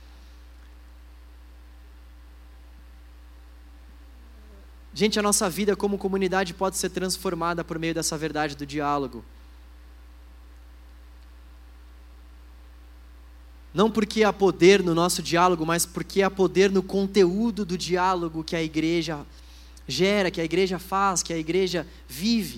Gente, a nossa vida como comunidade pode ser transformada por meio dessa verdade do diálogo. Não porque há poder no nosso diálogo, mas porque há poder no conteúdo do diálogo que a igreja gera, que a igreja faz, que a igreja vive.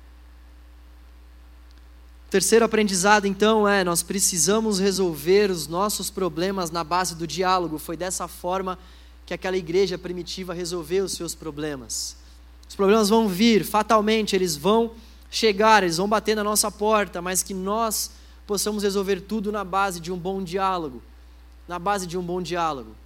O terceiro aprendizado, então, nós precisamos resolver os nossos problemas na base do diálogo. Foi dessa forma que aquela igreja primitiva resolveu os seus problemas. Os problemas vão vir, fatalmente, eles vão chegar, eles vão bater na nossa porta, mas que nós possamos resolver tudo na base de um bom diálogo. Na base de um bom diálogo.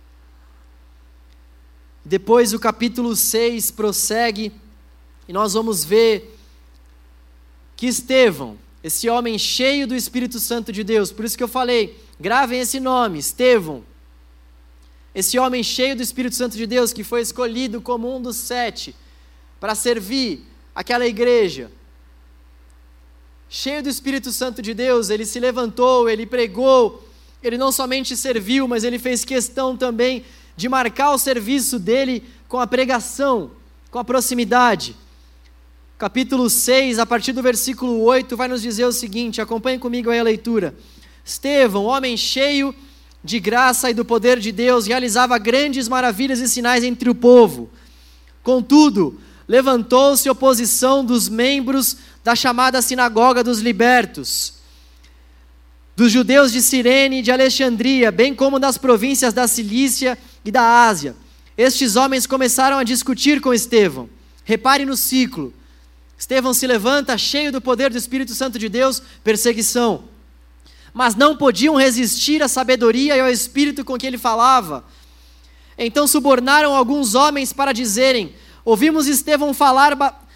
Depois o capítulo 6 prossegue, e nós vamos ver que Estevão, esse homem cheio do Espírito Santo de Deus, por isso que eu falei, gravem esse nome, Estevão. Esse homem cheio do Espírito Santo de Deus, que foi escolhido como um dos 7 para servir aquela igreja, cheio do Espírito Santo de Deus, ele se levantou, ele pregou, ele não somente serviu, mas ele fez questão também de marcar o serviço dele com a pregação, com a proximidade. Capítulo 6, a partir do versículo 8, vai nos dizer o seguinte, acompanhe comigo aí a leitura. Estevão, homem cheio de graça e do poder de Deus, realizava grandes maravilhas e sinais entre o povo. Contudo, levantou-se oposição dos membros da chamada Sinagoga dos Libertos, dos judeus de Cirene e de Alexandria, bem como das províncias da Cilícia e da Ásia. Estes homens começaram a discutir com Estevão. Repare no ciclo. Estevão se levanta, cheio do poder do Espírito Santo de Deus, perseguição. Mas não podiam resistir à sabedoria e ao Espírito com que ele falava. Então subornaram alguns homens para dizerem: Ouvimos Estevão falar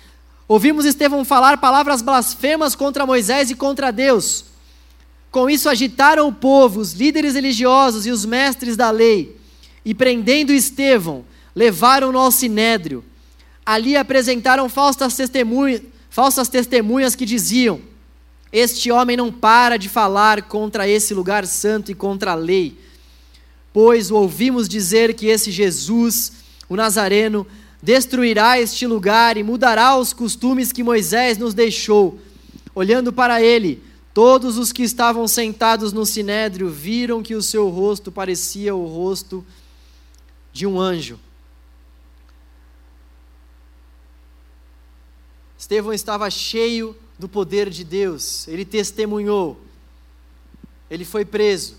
palavras blasfemas contra Moisés e contra Deus. Com isso agitaram o povo, os líderes religiosos e os mestres da lei, e prendendo Estevão, levaram-no ao sinédrio. Ali apresentaram falsas testemunhas que diziam: Este homem não para de falar contra esse lugar santo e contra a lei, pois o ouvimos dizer que esse Jesus, o Nazareno, destruirá este lugar e mudará os costumes que Moisés nos deixou. Olhando para ele, todos os que estavam sentados no sinédrio viram que o seu rosto parecia o rosto de um anjo. Estevão estava cheio do poder de Deus, ele testemunhou, ele foi preso,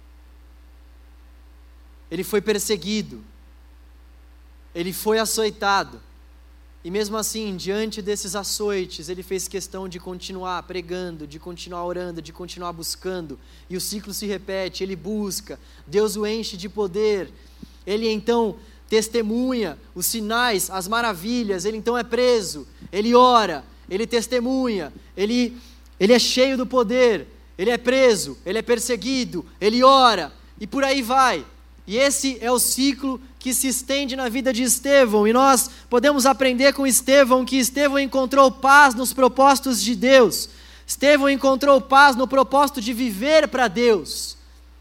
ele foi perseguido, ele foi açoitado, e mesmo assim, diante desses açoites, ele fez questão de continuar pregando, de continuar orando, de continuar buscando, e o ciclo se repete, ele busca, Deus o enche de poder, ele então testemunha os sinais, as maravilhas, ele então é preso, ele ora, ele testemunha, ele é cheio do poder, ele é preso, ele é perseguido, ele ora, e por aí vai. E esse é o ciclo que se estende na vida de Estevão, e nós podemos aprender com Estevão que Estevão encontrou paz nos propósitos de Deus, Estevão encontrou paz no propósito de viver para Deus.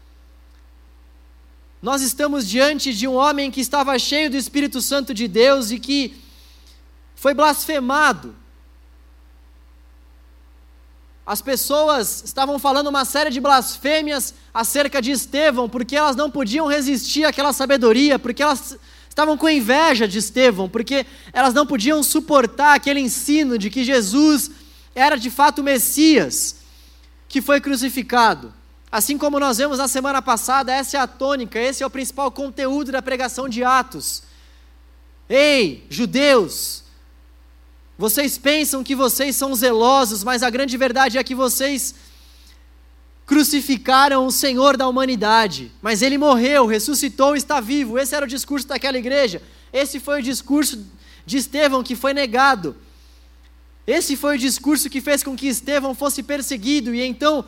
Nós estamos diante de um homem que estava cheio do Espírito Santo de Deus e que foi blasfemado. As pessoas estavam falando uma série de blasfêmias acerca de Estevão, porque elas não podiam resistir àquela sabedoria, porque elas estavam com inveja de Estevão, porque elas não podiam suportar aquele ensino de que Jesus era de fato o Messias, que foi crucificado. Assim como nós vemos na semana passada, essa é a tônica, esse é o principal conteúdo da pregação de Atos. Ei, judeus, vocês pensam que vocês são zelosos, mas a grande verdade é que vocês crucificaram o Senhor da humanidade, mas Ele morreu, ressuscitou e está vivo. Esse era o discurso daquela igreja, esse foi o discurso de Estevão que foi negado, esse foi o discurso que fez com que Estevão fosse perseguido, e então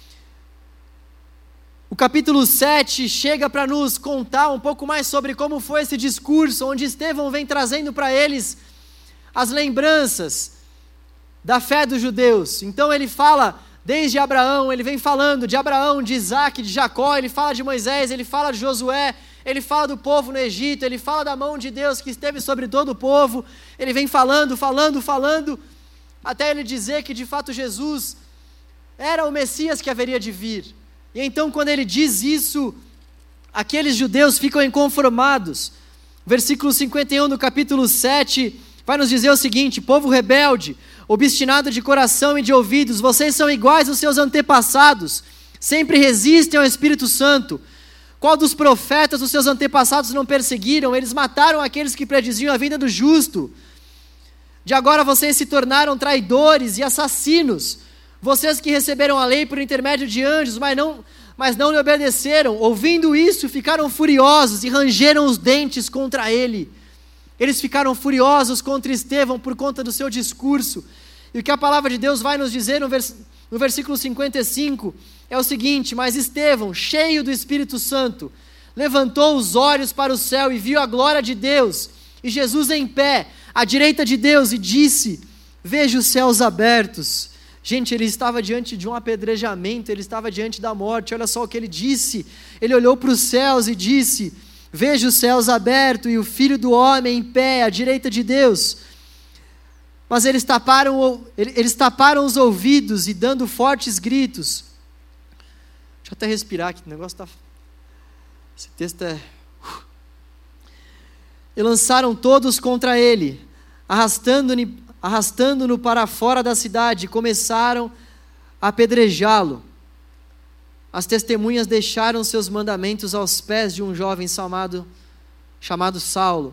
o capítulo 7 chega para nos contar um pouco mais sobre como foi esse discurso, onde Estevão vem trazendo para eles as lembranças da fé dos judeus. Então ele fala desde Abraão, ele vem falando de Abraão, de Isaac, de Jacó, ele fala de Moisés, ele fala de Josué, ele fala do povo no Egito, ele fala da mão de Deus que esteve sobre todo o povo, ele vem falando, até ele dizer que de fato Jesus era o Messias que haveria de vir. E então quando ele diz isso, aqueles judeus ficam inconformados. Versículo 51 do capítulo 7 vai nos dizer o seguinte: povo rebelde, obstinado de coração e de ouvidos, vocês são iguais aos seus antepassados, sempre resistem ao Espírito Santo. Qual dos profetas os seus antepassados não perseguiram? Eles mataram aqueles que prediziam a vinda do justo. De agora vocês se tornaram traidores e assassinos. Vocês que receberam a lei por intermédio de anjos, mas não lhe obedeceram. Ouvindo isso, ficaram furiosos e rangeram os dentes contra ele. Eles ficaram furiosos contra Estevão por conta do seu discurso. E o que a palavra de Deus vai nos dizer no versículo 55 é o seguinte: mas Estevão, cheio do Espírito Santo, levantou os olhos para o céu e viu a glória de Deus, e Jesus em pé, à direita de Deus, e disse: vejo os céus abertos. Gente, ele estava diante de um apedrejamento, ele estava diante da morte. Olha só o que ele disse. Ele olhou para os céus e disse: vejo os céus abertos e o Filho do Homem em pé, à direita de Deus. Mas eles taparam os ouvidos e dando fortes gritos. Deixa eu até respirar aqui, o negócio está... Esse texto é... E lançaram todos contra ele, arrastando-no para fora da cidade, e começaram a apedrejá-lo. As testemunhas deixaram seus mandamentos aos pés de um jovem chamado Saulo.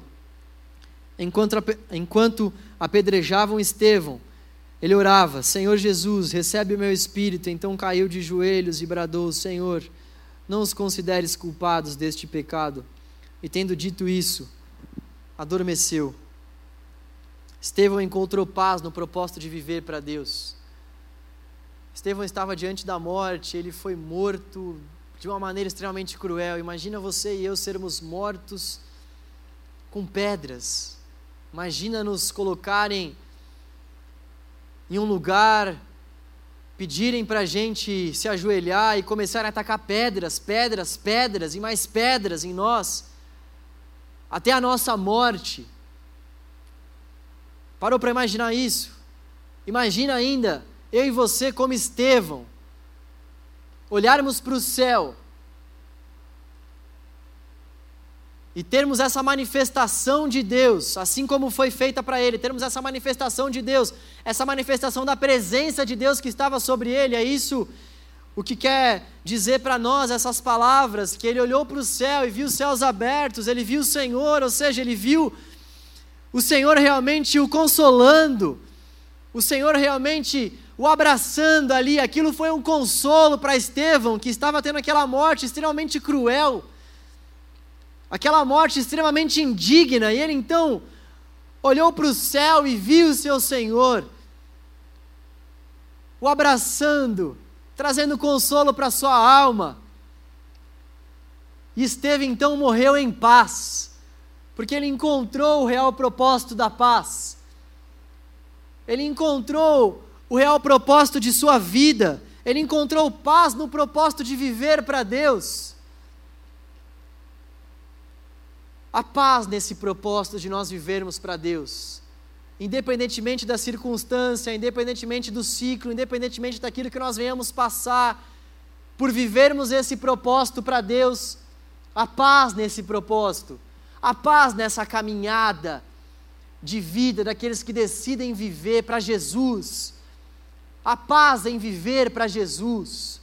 Enquanto apedrejavam Estevão, ele orava: Senhor Jesus, recebe o meu espírito. Então caiu de joelhos e bradou: Senhor, não os consideres culpados deste pecado. E tendo dito isso, adormeceu. Estevão encontrou paz no propósito de viver para Deus. Estevão estava diante da morte, ele foi morto de uma maneira extremamente cruel. Imagina você e eu sermos mortos com pedras. Imagina nos colocarem em um lugar, pedirem para a gente se ajoelhar e começarem a atacar pedras e mais pedras em nós, até a nossa morte. Parou para imaginar isso? Imagina ainda eu e você como Estevão, olharmos para o céu e termos essa manifestação de Deus, assim como foi feita para ele, termos essa manifestação de Deus, essa manifestação da presença de Deus que estava sobre ele. É isso o que quer dizer para nós essas palavras, que ele olhou para o céu e viu os céus abertos, ele viu o Senhor, ou seja, ele viu o Senhor realmente o consolando, o Senhor realmente o abraçando ali. Aquilo foi um consolo para Estevão, que estava tendo aquela morte extremamente cruel, aquela morte extremamente indigna, e ele então olhou para o céu e viu o seu Senhor o abraçando, trazendo consolo para a sua alma. E Estevão então morreu em paz, porque ele encontrou o real propósito da paz, ele encontrou o real propósito de sua vida, ele encontrou paz no propósito de viver para Deus. A paz nesse propósito de nós vivermos para Deus, independentemente da circunstância, independentemente do ciclo, independentemente daquilo que nós venhamos passar, por vivermos esse propósito para Deus, a paz nesse propósito, a paz nessa caminhada de vida daqueles que decidem viver para Jesus, a paz em viver para Jesus.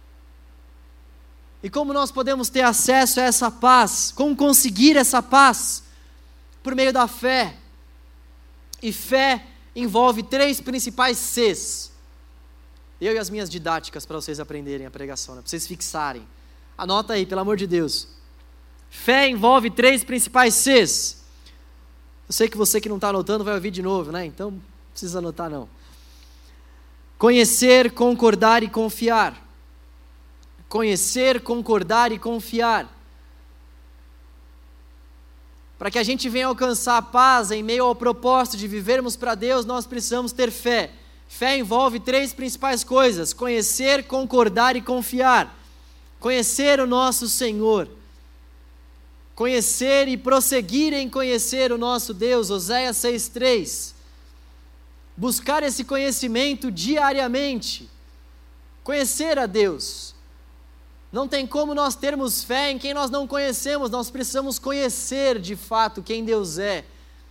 E como nós podemos ter acesso a essa paz? Como conseguir essa paz? Por meio da fé. E fé envolve 3 principais Cs. Eu e as minhas didáticas para vocês aprenderem a pregação, para vocês fixarem. Anota aí, pelo amor de Deus. Fé envolve 3 principais Cs. Eu sei que você que não está anotando vai ouvir de novo, né? Então não precisa anotar não. Conhecer, concordar e confiar. Conhecer, concordar e confiar. Para que a gente venha alcançar a paz em meio ao propósito de vivermos para Deus, nós precisamos ter fé. Fé envolve 3 principais coisas: conhecer, concordar e confiar. Conhecer o nosso Senhor. Conhecer e prosseguir em conhecer o nosso Deus. Oséias 6:3. Buscar esse conhecimento diariamente. Conhecer a Deus. Não tem como nós termos fé em quem nós não conhecemos, nós precisamos conhecer de fato quem Deus é.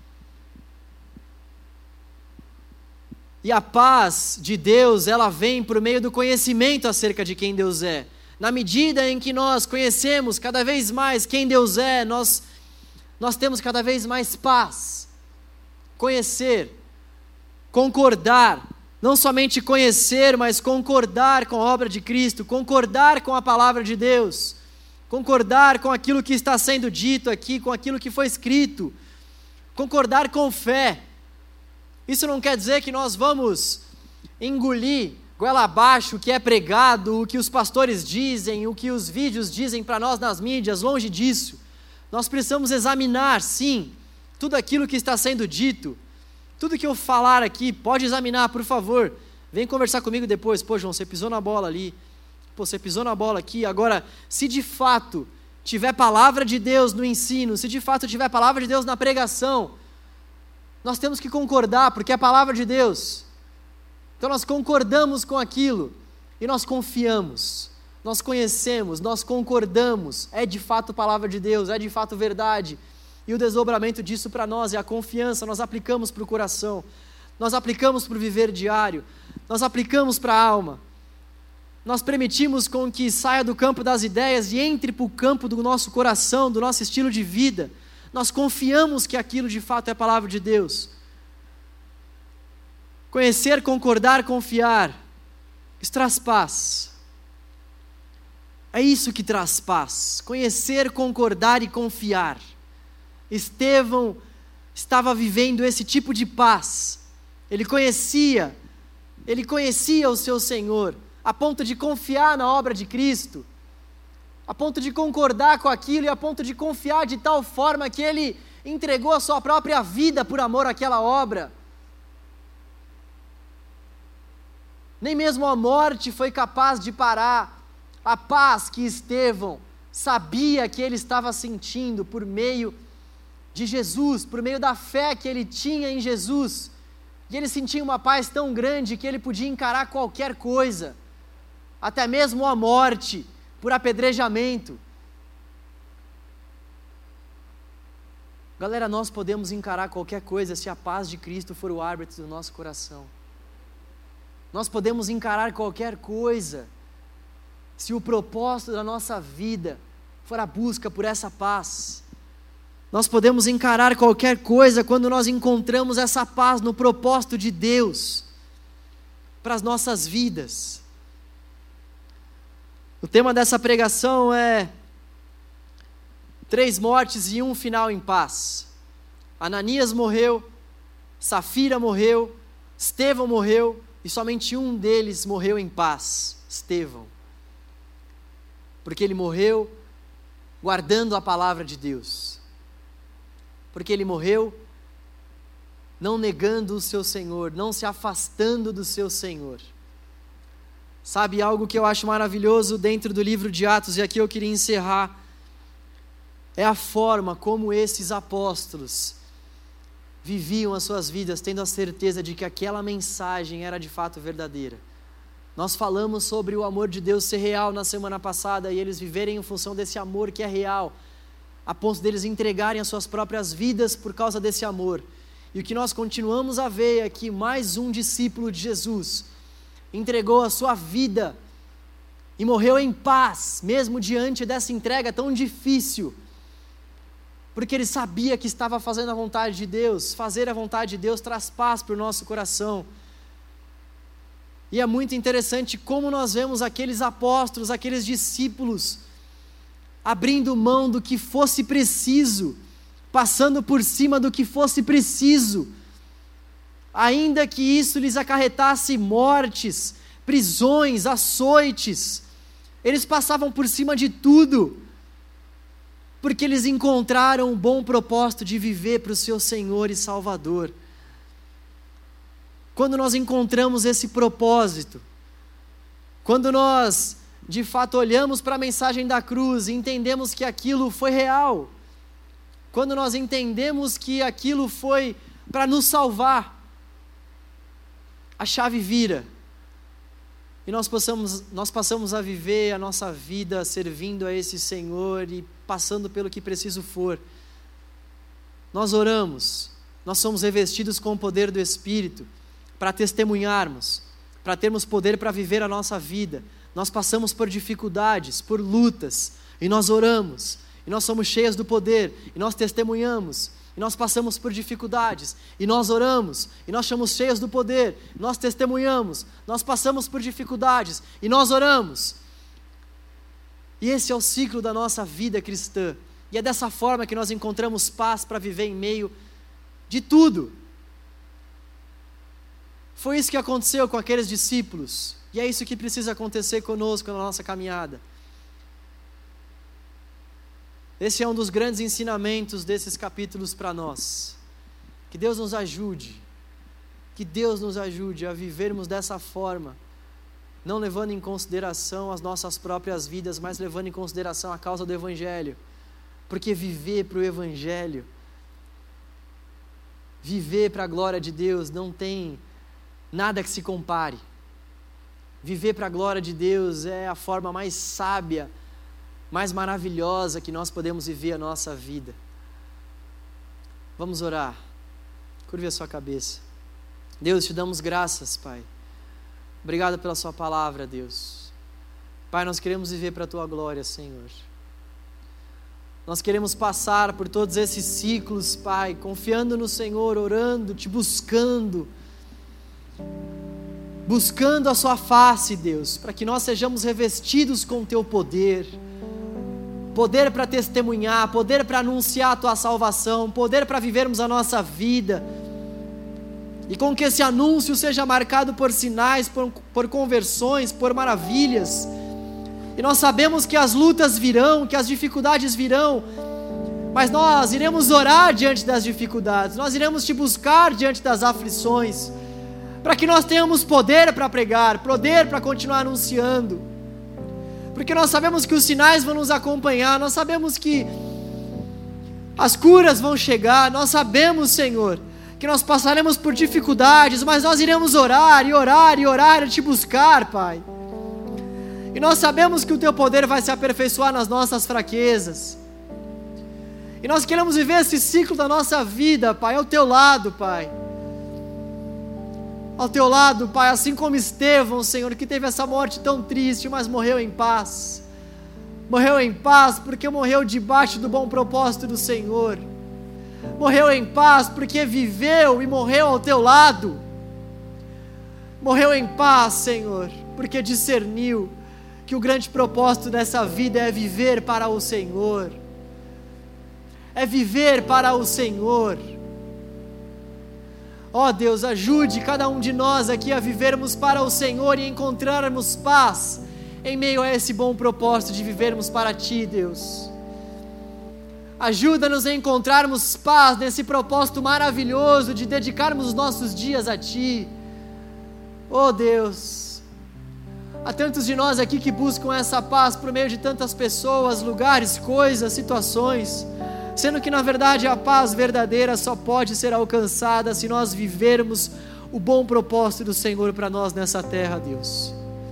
E a paz de Deus, ela vem por meio do conhecimento acerca de quem Deus é. Na medida em que nós conhecemos cada vez mais quem Deus é, nós temos cada vez mais paz. Conhecer, concordar. Não somente conhecer, mas concordar com a obra de Cristo, concordar com a palavra de Deus, concordar com aquilo que está sendo dito aqui, com aquilo que foi escrito, concordar com fé. Isso não quer dizer que nós vamos engolir goela abaixo o que é pregado, o que os pastores dizem, o que os vídeos dizem para nós nas mídias, longe disso. Nós precisamos examinar, sim, tudo aquilo que está sendo dito. Tudo que eu falar aqui, pode examinar, por favor. Vem conversar comigo depois. Pô, João, você pisou na bola ali. Pô, você pisou na bola aqui. Agora, se de fato tiver palavra de Deus no ensino, se de fato tiver palavra de Deus na pregação, nós temos que concordar, porque é a palavra de Deus. Então nós concordamos com aquilo e nós confiamos nós conhecemos, nós concordamos, é de fato palavra de Deus, é de fato verdade. E o desdobramento disso para nós é a confiança, nós aplicamos para o coração, nós aplicamos para o viver diário, nós aplicamos para a alma. Nós permitimos com que saia do campo das ideias e entre para o campo do nosso coração, do nosso estilo de vida. Nós confiamos que aquilo de fato é a palavra de Deus. Conhecer, concordar, confiar, isso traz paz. É isso que traz paz. Conhecer, concordar e confiar. Estevão estava vivendo esse tipo de paz. Ele conhecia o seu Senhor, a ponto de confiar na obra de Cristo, a ponto de concordar com aquilo e a ponto de confiar de tal forma que ele entregou a sua própria vida por amor àquela obra. Nem mesmo a morte foi capaz de parar a paz que Estevão sabia que ele estava sentindo por meio de Jesus, por meio da fé que ele tinha em Jesus. E ele sentia uma paz tão grande que ele podia encarar qualquer coisa, até mesmo a morte, por apedrejamento. Galera, nós podemos encarar qualquer coisa se a paz de Cristo for o árbitro do nosso coração. Nós podemos encarar qualquer coisa se o propósito da nossa vida for a busca por essa paz. Nós podemos encarar qualquer coisa quando nós encontramos essa paz no propósito de Deus para as nossas vidas. O tema dessa pregação é 3 mortes e um final em paz. Ananias morreu, Safira morreu, Estevão morreu e somente um deles morreu em paz, Estevão. Porque ele morreu guardando a palavra de Deus. Porque ele morreu não negando o seu Senhor, não se afastando do seu Senhor. Sabe algo que eu acho maravilhoso dentro do livro de Atos, e aqui eu queria encerrar, é a forma como esses apóstolos viviam as suas vidas, tendo a certeza de que aquela mensagem era de fato verdadeira. Nós falamos sobre o amor de Deus ser real na semana passada, e eles viverem em função desse amor que é real, a ponto deles entregarem as suas próprias vidas por causa desse amor. E o que nós continuamos a ver é que mais um discípulo de Jesus entregou a sua vida e morreu em paz, mesmo diante dessa entrega tão difícil, porque ele sabia que estava fazendo a vontade de Deus. Fazer a vontade de Deus traz paz para o nosso coração. E é muito interessante como nós vemos aqueles apóstolos, aqueles discípulos, abrindo mão do que fosse preciso, passando por cima do que fosse preciso, ainda que isso lhes acarretasse mortes, prisões, açoites, eles passavam por cima de tudo, porque eles encontraram um bom propósito de viver para o seu Senhor e Salvador. Quando nós encontramos esse propósito, quando nós de fato olhamos para a mensagem da cruz e entendemos que aquilo foi real, quando nós entendemos que aquilo foi para nos salvar, a chave vira, e nós passamos a viver a nossa vida servindo a esse Senhor e passando pelo que preciso for. Nós oramos, nós somos revestidos com o poder do Espírito, para testemunharmos, para termos poder para viver a nossa vida. Nós passamos por dificuldades, por lutas, e nós oramos, e nós somos cheios do poder, e nós testemunhamos, e nós passamos por dificuldades, e nós oramos, e nós somos cheios do poder, nós testemunhamos, nós passamos por dificuldades, e nós oramos. E esse é o ciclo da nossa vida cristã, e é dessa forma que nós encontramos paz para viver em meio de tudo. Foi isso que aconteceu com aqueles discípulos, e é isso que precisa acontecer conosco na nossa caminhada. Esse é um dos grandes ensinamentos desses capítulos para nós. Que Deus nos ajude a vivermos dessa forma, não levando em consideração as nossas próprias vidas, mas levando em consideração a causa do Evangelho, porque viver para o Evangelho, viver para a glória de Deus, não tem nada que se compare. Viver para a glória de Deus é a forma mais sábia, mais maravilhosa que nós podemos viver a nossa vida. Vamos orar. Curve a sua cabeça. Deus, te damos graças, Pai. Obrigado pela sua palavra, Deus. Pai, nós queremos viver para a tua glória, Senhor. Nós queremos passar por todos esses ciclos, Pai, confiando no Senhor, orando, te buscando a sua face, Deus, para que nós sejamos revestidos com o teu poder para testemunhar, poder para anunciar a tua salvação, poder para vivermos a nossa vida, e com que esse anúncio seja marcado por sinais, por conversões, por maravilhas. E nós sabemos que as lutas virão, que as dificuldades virão, mas nós iremos orar diante das dificuldades, nós iremos te buscar diante das aflições, para que nós tenhamos poder para pregar, poder para continuar anunciando, porque nós sabemos que os sinais vão nos acompanhar, nós sabemos que as curas vão chegar, nós sabemos, Senhor, que nós passaremos por dificuldades, mas nós iremos orar, e orar, e orar, e te buscar, Pai. E nós sabemos que o teu poder vai se aperfeiçoar nas nossas fraquezas. E nós queremos viver esse ciclo da nossa vida, Pai, ao teu lado, Pai. Ao teu lado, Pai, assim como Estevão, Senhor, que teve essa morte tão triste, mas morreu em paz. Morreu em paz porque morreu debaixo do bom propósito do Senhor. Morreu em paz porque viveu e morreu ao teu lado. Morreu em paz, Senhor, porque discerniu que o grande propósito dessa vida é viver para o Senhor. É viver para o Senhor. Ó Deus, ajude cada um de nós aqui a vivermos para o Senhor e encontrarmos paz em meio a esse bom propósito de vivermos para Ti, Deus. Ajuda-nos a encontrarmos paz nesse propósito maravilhoso de dedicarmos os nossos dias a Ti. Ó Deus, há tantos de nós aqui que buscam essa paz por meio de tantas pessoas, lugares, coisas, situações, sendo que na verdade a paz verdadeira só pode ser alcançada se nós vivermos o bom propósito do Senhor para nós nessa terra, Deus.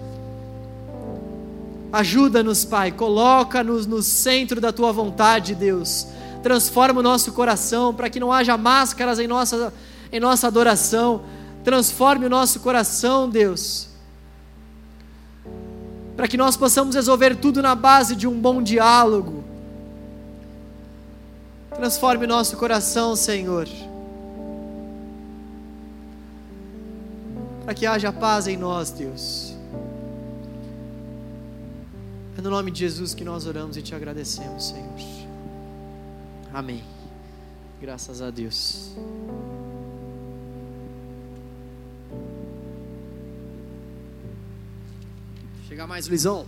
Ajuda-nos, Pai, coloca-nos no centro da Tua vontade, Deus. Transforma o nosso coração para que não haja máscaras em nossa adoração. Transforme o nosso coração, Deus, para que nós possamos resolver tudo na base de um bom diálogo. Transforme o nosso coração, Senhor, para que haja paz em nós, Deus. É no nome de Jesus que nós oramos e te agradecemos, Senhor. Amém. Graças a Deus. Chega mais, Luizão.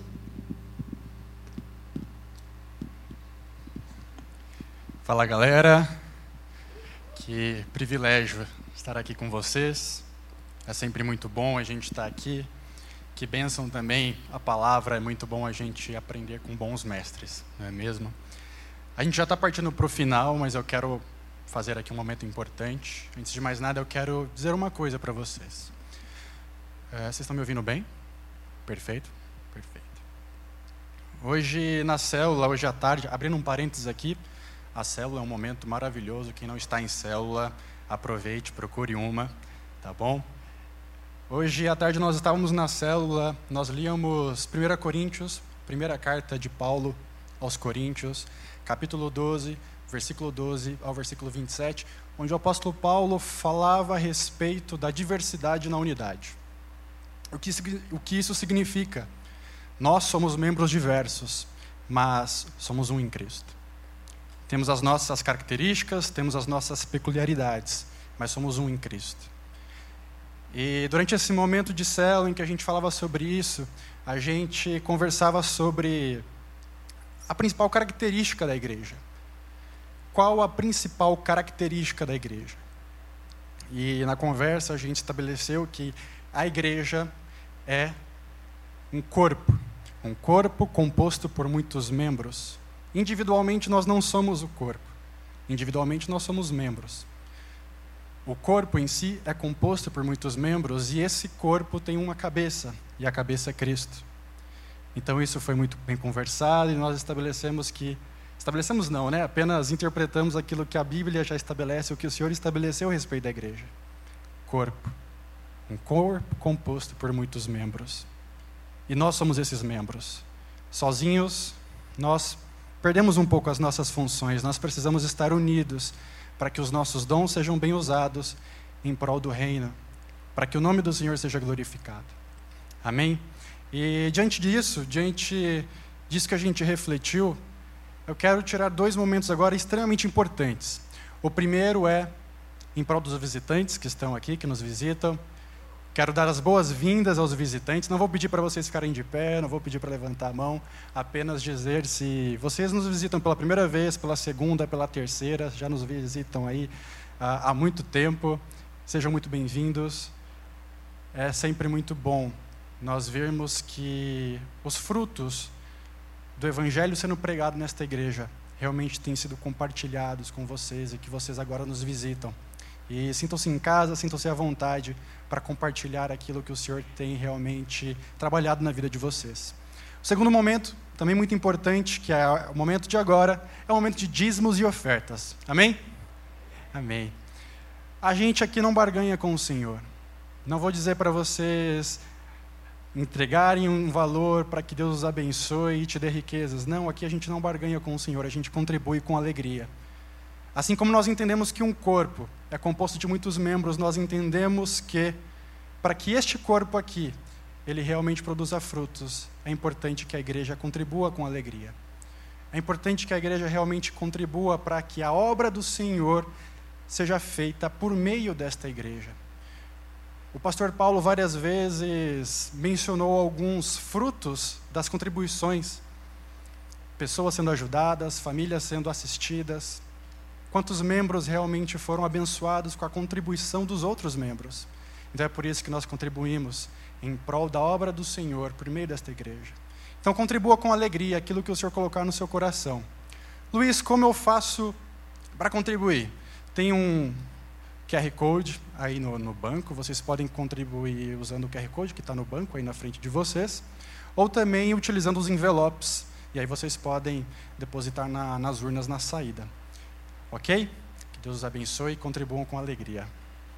Fala, galera. Que privilégio estar aqui com vocês. É sempre muito bom a gente estar aqui. Que bênção também a palavra, é muito bom a gente aprender com bons mestres, não é mesmo? A gente já está partindo para o final, mas eu quero fazer aqui um momento importante. Antes de mais nada, eu quero dizer uma coisa para vocês. Vocês estão me ouvindo bem? Perfeito? Perfeito. Hoje na célula, hoje à tarde, abrindo um parênteses aqui, a célula é um momento maravilhoso. Quem não está em célula, aproveite, procure uma, tá bom? Hoje à tarde nós estávamos na célula, nós líamos 1 Coríntios, primeira carta de Paulo aos Coríntios, capítulo 12, versículo 12 ao versículo 27, onde o apóstolo Paulo falava a respeito da diversidade na unidade. O que isso significa? Nós somos membros diversos, mas somos um em Cristo. Temos as nossas características, temos as nossas peculiaridades, mas somos um em Cristo. E durante esse momento de célula em que a gente falava sobre isso, a gente conversava sobre a principal característica da igreja. Qual a principal característica da igreja? E na conversa a gente estabeleceu que a igreja é um corpo composto por muitos membros. Individualmente nós não somos o corpo, individualmente nós somos membros. O corpo em si é composto por muitos membros e esse corpo tem uma cabeça, e a cabeça é Cristo. Então isso foi muito bem conversado e nós estabelecemos não, né? Apenas interpretamos aquilo que a Bíblia já estabelece, o que o Senhor estabeleceu a respeito da igreja. Corpo. Um corpo composto por muitos membros. E nós somos esses membros. Sozinhos, nós perdemos um pouco as nossas funções, nós precisamos estar unidos para que os nossos dons sejam bem usados em prol do reino, para que o nome do Senhor seja glorificado. Amém? E diante disso que a gente refletiu, eu quero tirar 2 momentos agora extremamente importantes. O primeiro é em prol dos visitantes que estão aqui, que nos visitam. Quero dar as boas-vindas aos visitantes. Não vou pedir para vocês ficarem de pé, não vou pedir para levantar a mão, apenas dizer se vocês nos visitam pela primeira vez, pela segunda, pela terceira, já nos visitam aí há muito tempo, sejam muito bem-vindos. É sempre muito bom nós vermos que os frutos do Evangelho sendo pregado nesta igreja realmente têm sido compartilhados com vocês e que vocês agora nos visitam. E sintam-se em casa, sintam-se à vontade para compartilhar aquilo que o Senhor tem realmente trabalhado na vida de vocês. O segundo momento, também muito importante, que é o momento de agora, é o momento de dízimos e ofertas. Amém? Amém. A gente aqui não barganha com o Senhor. Não vou dizer para vocês entregarem um valor para que Deus os abençoe e te dê riquezas. Não, aqui a gente não barganha com o Senhor, a gente contribui com alegria. Assim como nós entendemos que um corpo é composto de muitos membros, nós entendemos que, para que este corpo aqui, ele realmente produza frutos, é importante que a igreja contribua com alegria. É importante que a igreja realmente contribua para que a obra do Senhor seja feita por meio desta igreja. O pastor Paulo várias vezes mencionou alguns frutos das contribuições. Pessoas sendo ajudadas, famílias sendo assistidas. Quantos membros realmente foram abençoados com a contribuição dos outros membros. Então é por isso que nós contribuímos em prol da obra do Senhor por meio desta igreja. Então contribua com alegria aquilo que o Senhor colocar no seu coração. Luiz, como eu faço para contribuir? Tem um QR Code aí no banco, vocês podem contribuir usando o QR Code que está no banco aí na frente de vocês, ou também utilizando os envelopes, e aí vocês podem depositar nas urnas na saída. Ok? Que Deus os abençoe e contribuam com alegria.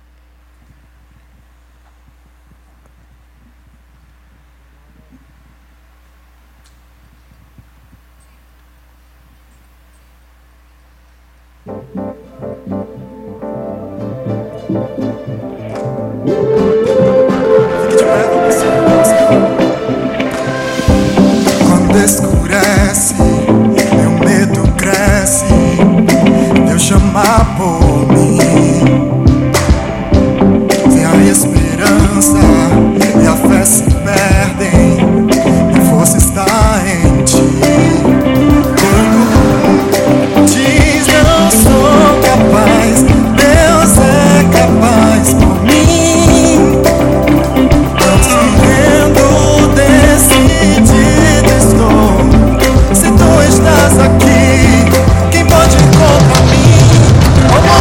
Quando escurece, meu medo cresce. Deus chama por mim. Sem a esperança e a fé se perdem, minha força está em ti. Quando diz não sou capaz, Deus é capaz por mim. Não te rendo, decidido estou. Se tu estás aqui, quem pode contra mim?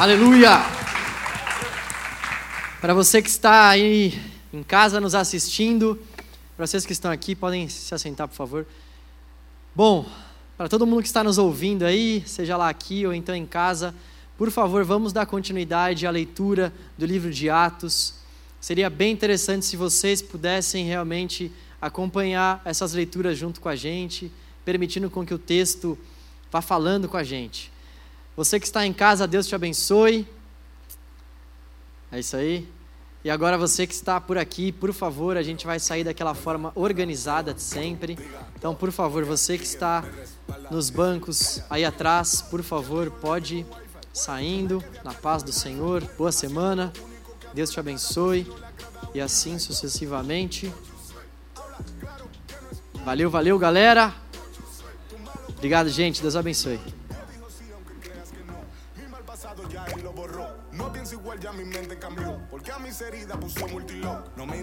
Aleluia! Para você que está aí em casa nos assistindo, para vocês que estão aqui, podem se assentar, por favor. Bom, para todo mundo que está nos ouvindo aí, seja lá aqui ou então em casa, por favor, vamos dar continuidade à leitura do livro de Atos. Seria bem interessante se vocês pudessem realmente acompanhar essas leituras junto com a gente, permitindo com que o texto vá falando com a gente. Você que está em casa, Deus te abençoe. É isso aí. E agora você que está por aqui, por favor, a gente vai sair daquela forma organizada de sempre. Então, por favor, você que está nos bancos aí atrás, por favor, pode ir saindo na paz do Senhor. Boa semana. Deus te abençoe. E assim sucessivamente. Valeu, valeu, galera. Obrigado, gente. Deus abençoe. No pienso igual, ya mi mente cambió, porque a mis heridas puso multilog. No me